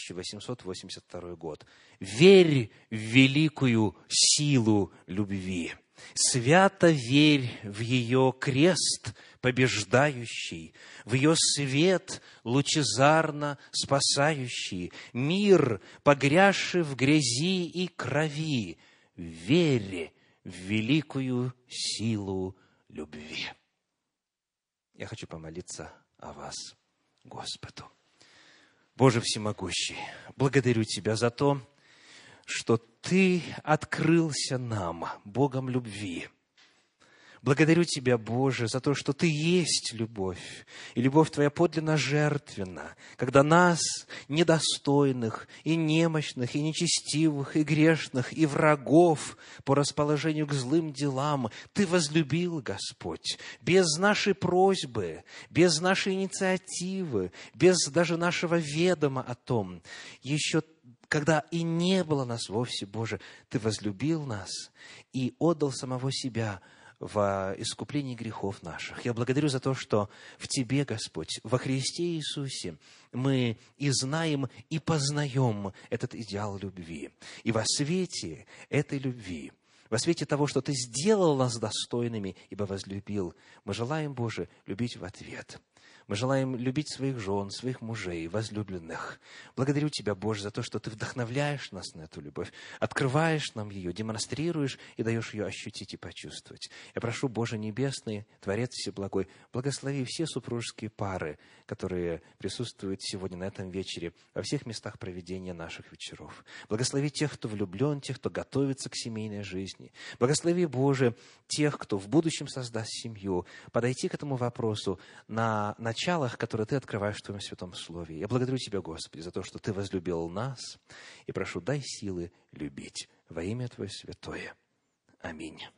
1882 год. «Верь в великую силу любви, свято верь в ее крест побеждающий, в ее свет лучезарно спасающий, мир, погрязший в грязи и крови, верь в великую силу любви». Я хочу помолиться о вас Господу. Боже всемогущий, благодарю Тебя за то, что Ты открылся нам, Богом любви. Благодарю Тебя, Боже, за то, что Ты есть любовь, и любовь Твоя подлинно жертвенна, когда нас, недостойных, и немощных, и нечестивых, и грешных, и врагов по расположению к злым делам Ты возлюбил, Господь, без нашей просьбы, без нашей инициативы, без даже нашего ведома о том, еще когда и не было нас вовсе, Боже, Ты возлюбил нас и отдал самого Себя в искуплении грехов наших. Я благодарю за то, что в Тебе, Господь, во Христе Иисусе мы и знаем, и познаем этот идеал любви. И во свете этой любви, во свете того, что Ты сделал нас достойными, ибо возлюбил, мы желаем, Боже, любить в ответ. Мы желаем любить своих жен, своих мужей, возлюбленных. Благодарю Тебя, Боже, за то, что Ты вдохновляешь нас на эту любовь, открываешь нам ее, демонстрируешь и даешь ее ощутить и почувствовать. Я прошу, Боже Небесный, Творец Всеблагой, благослови все супружеские пары, которые присутствуют сегодня на этом вечере, во всех местах проведения наших вечеров. Благослови тех, кто влюблен, тех, кто готовится к семейной жизни. Благослови, Боже, тех, кто в будущем создаст семью, подойти к этому вопросу на началах, которые Ты открываешь в Твоем Святом Слове. Я благодарю Тебя, Господи, за то, что Ты возлюбил нас, и прошу, дай силы любить во имя Твое святое. Аминь.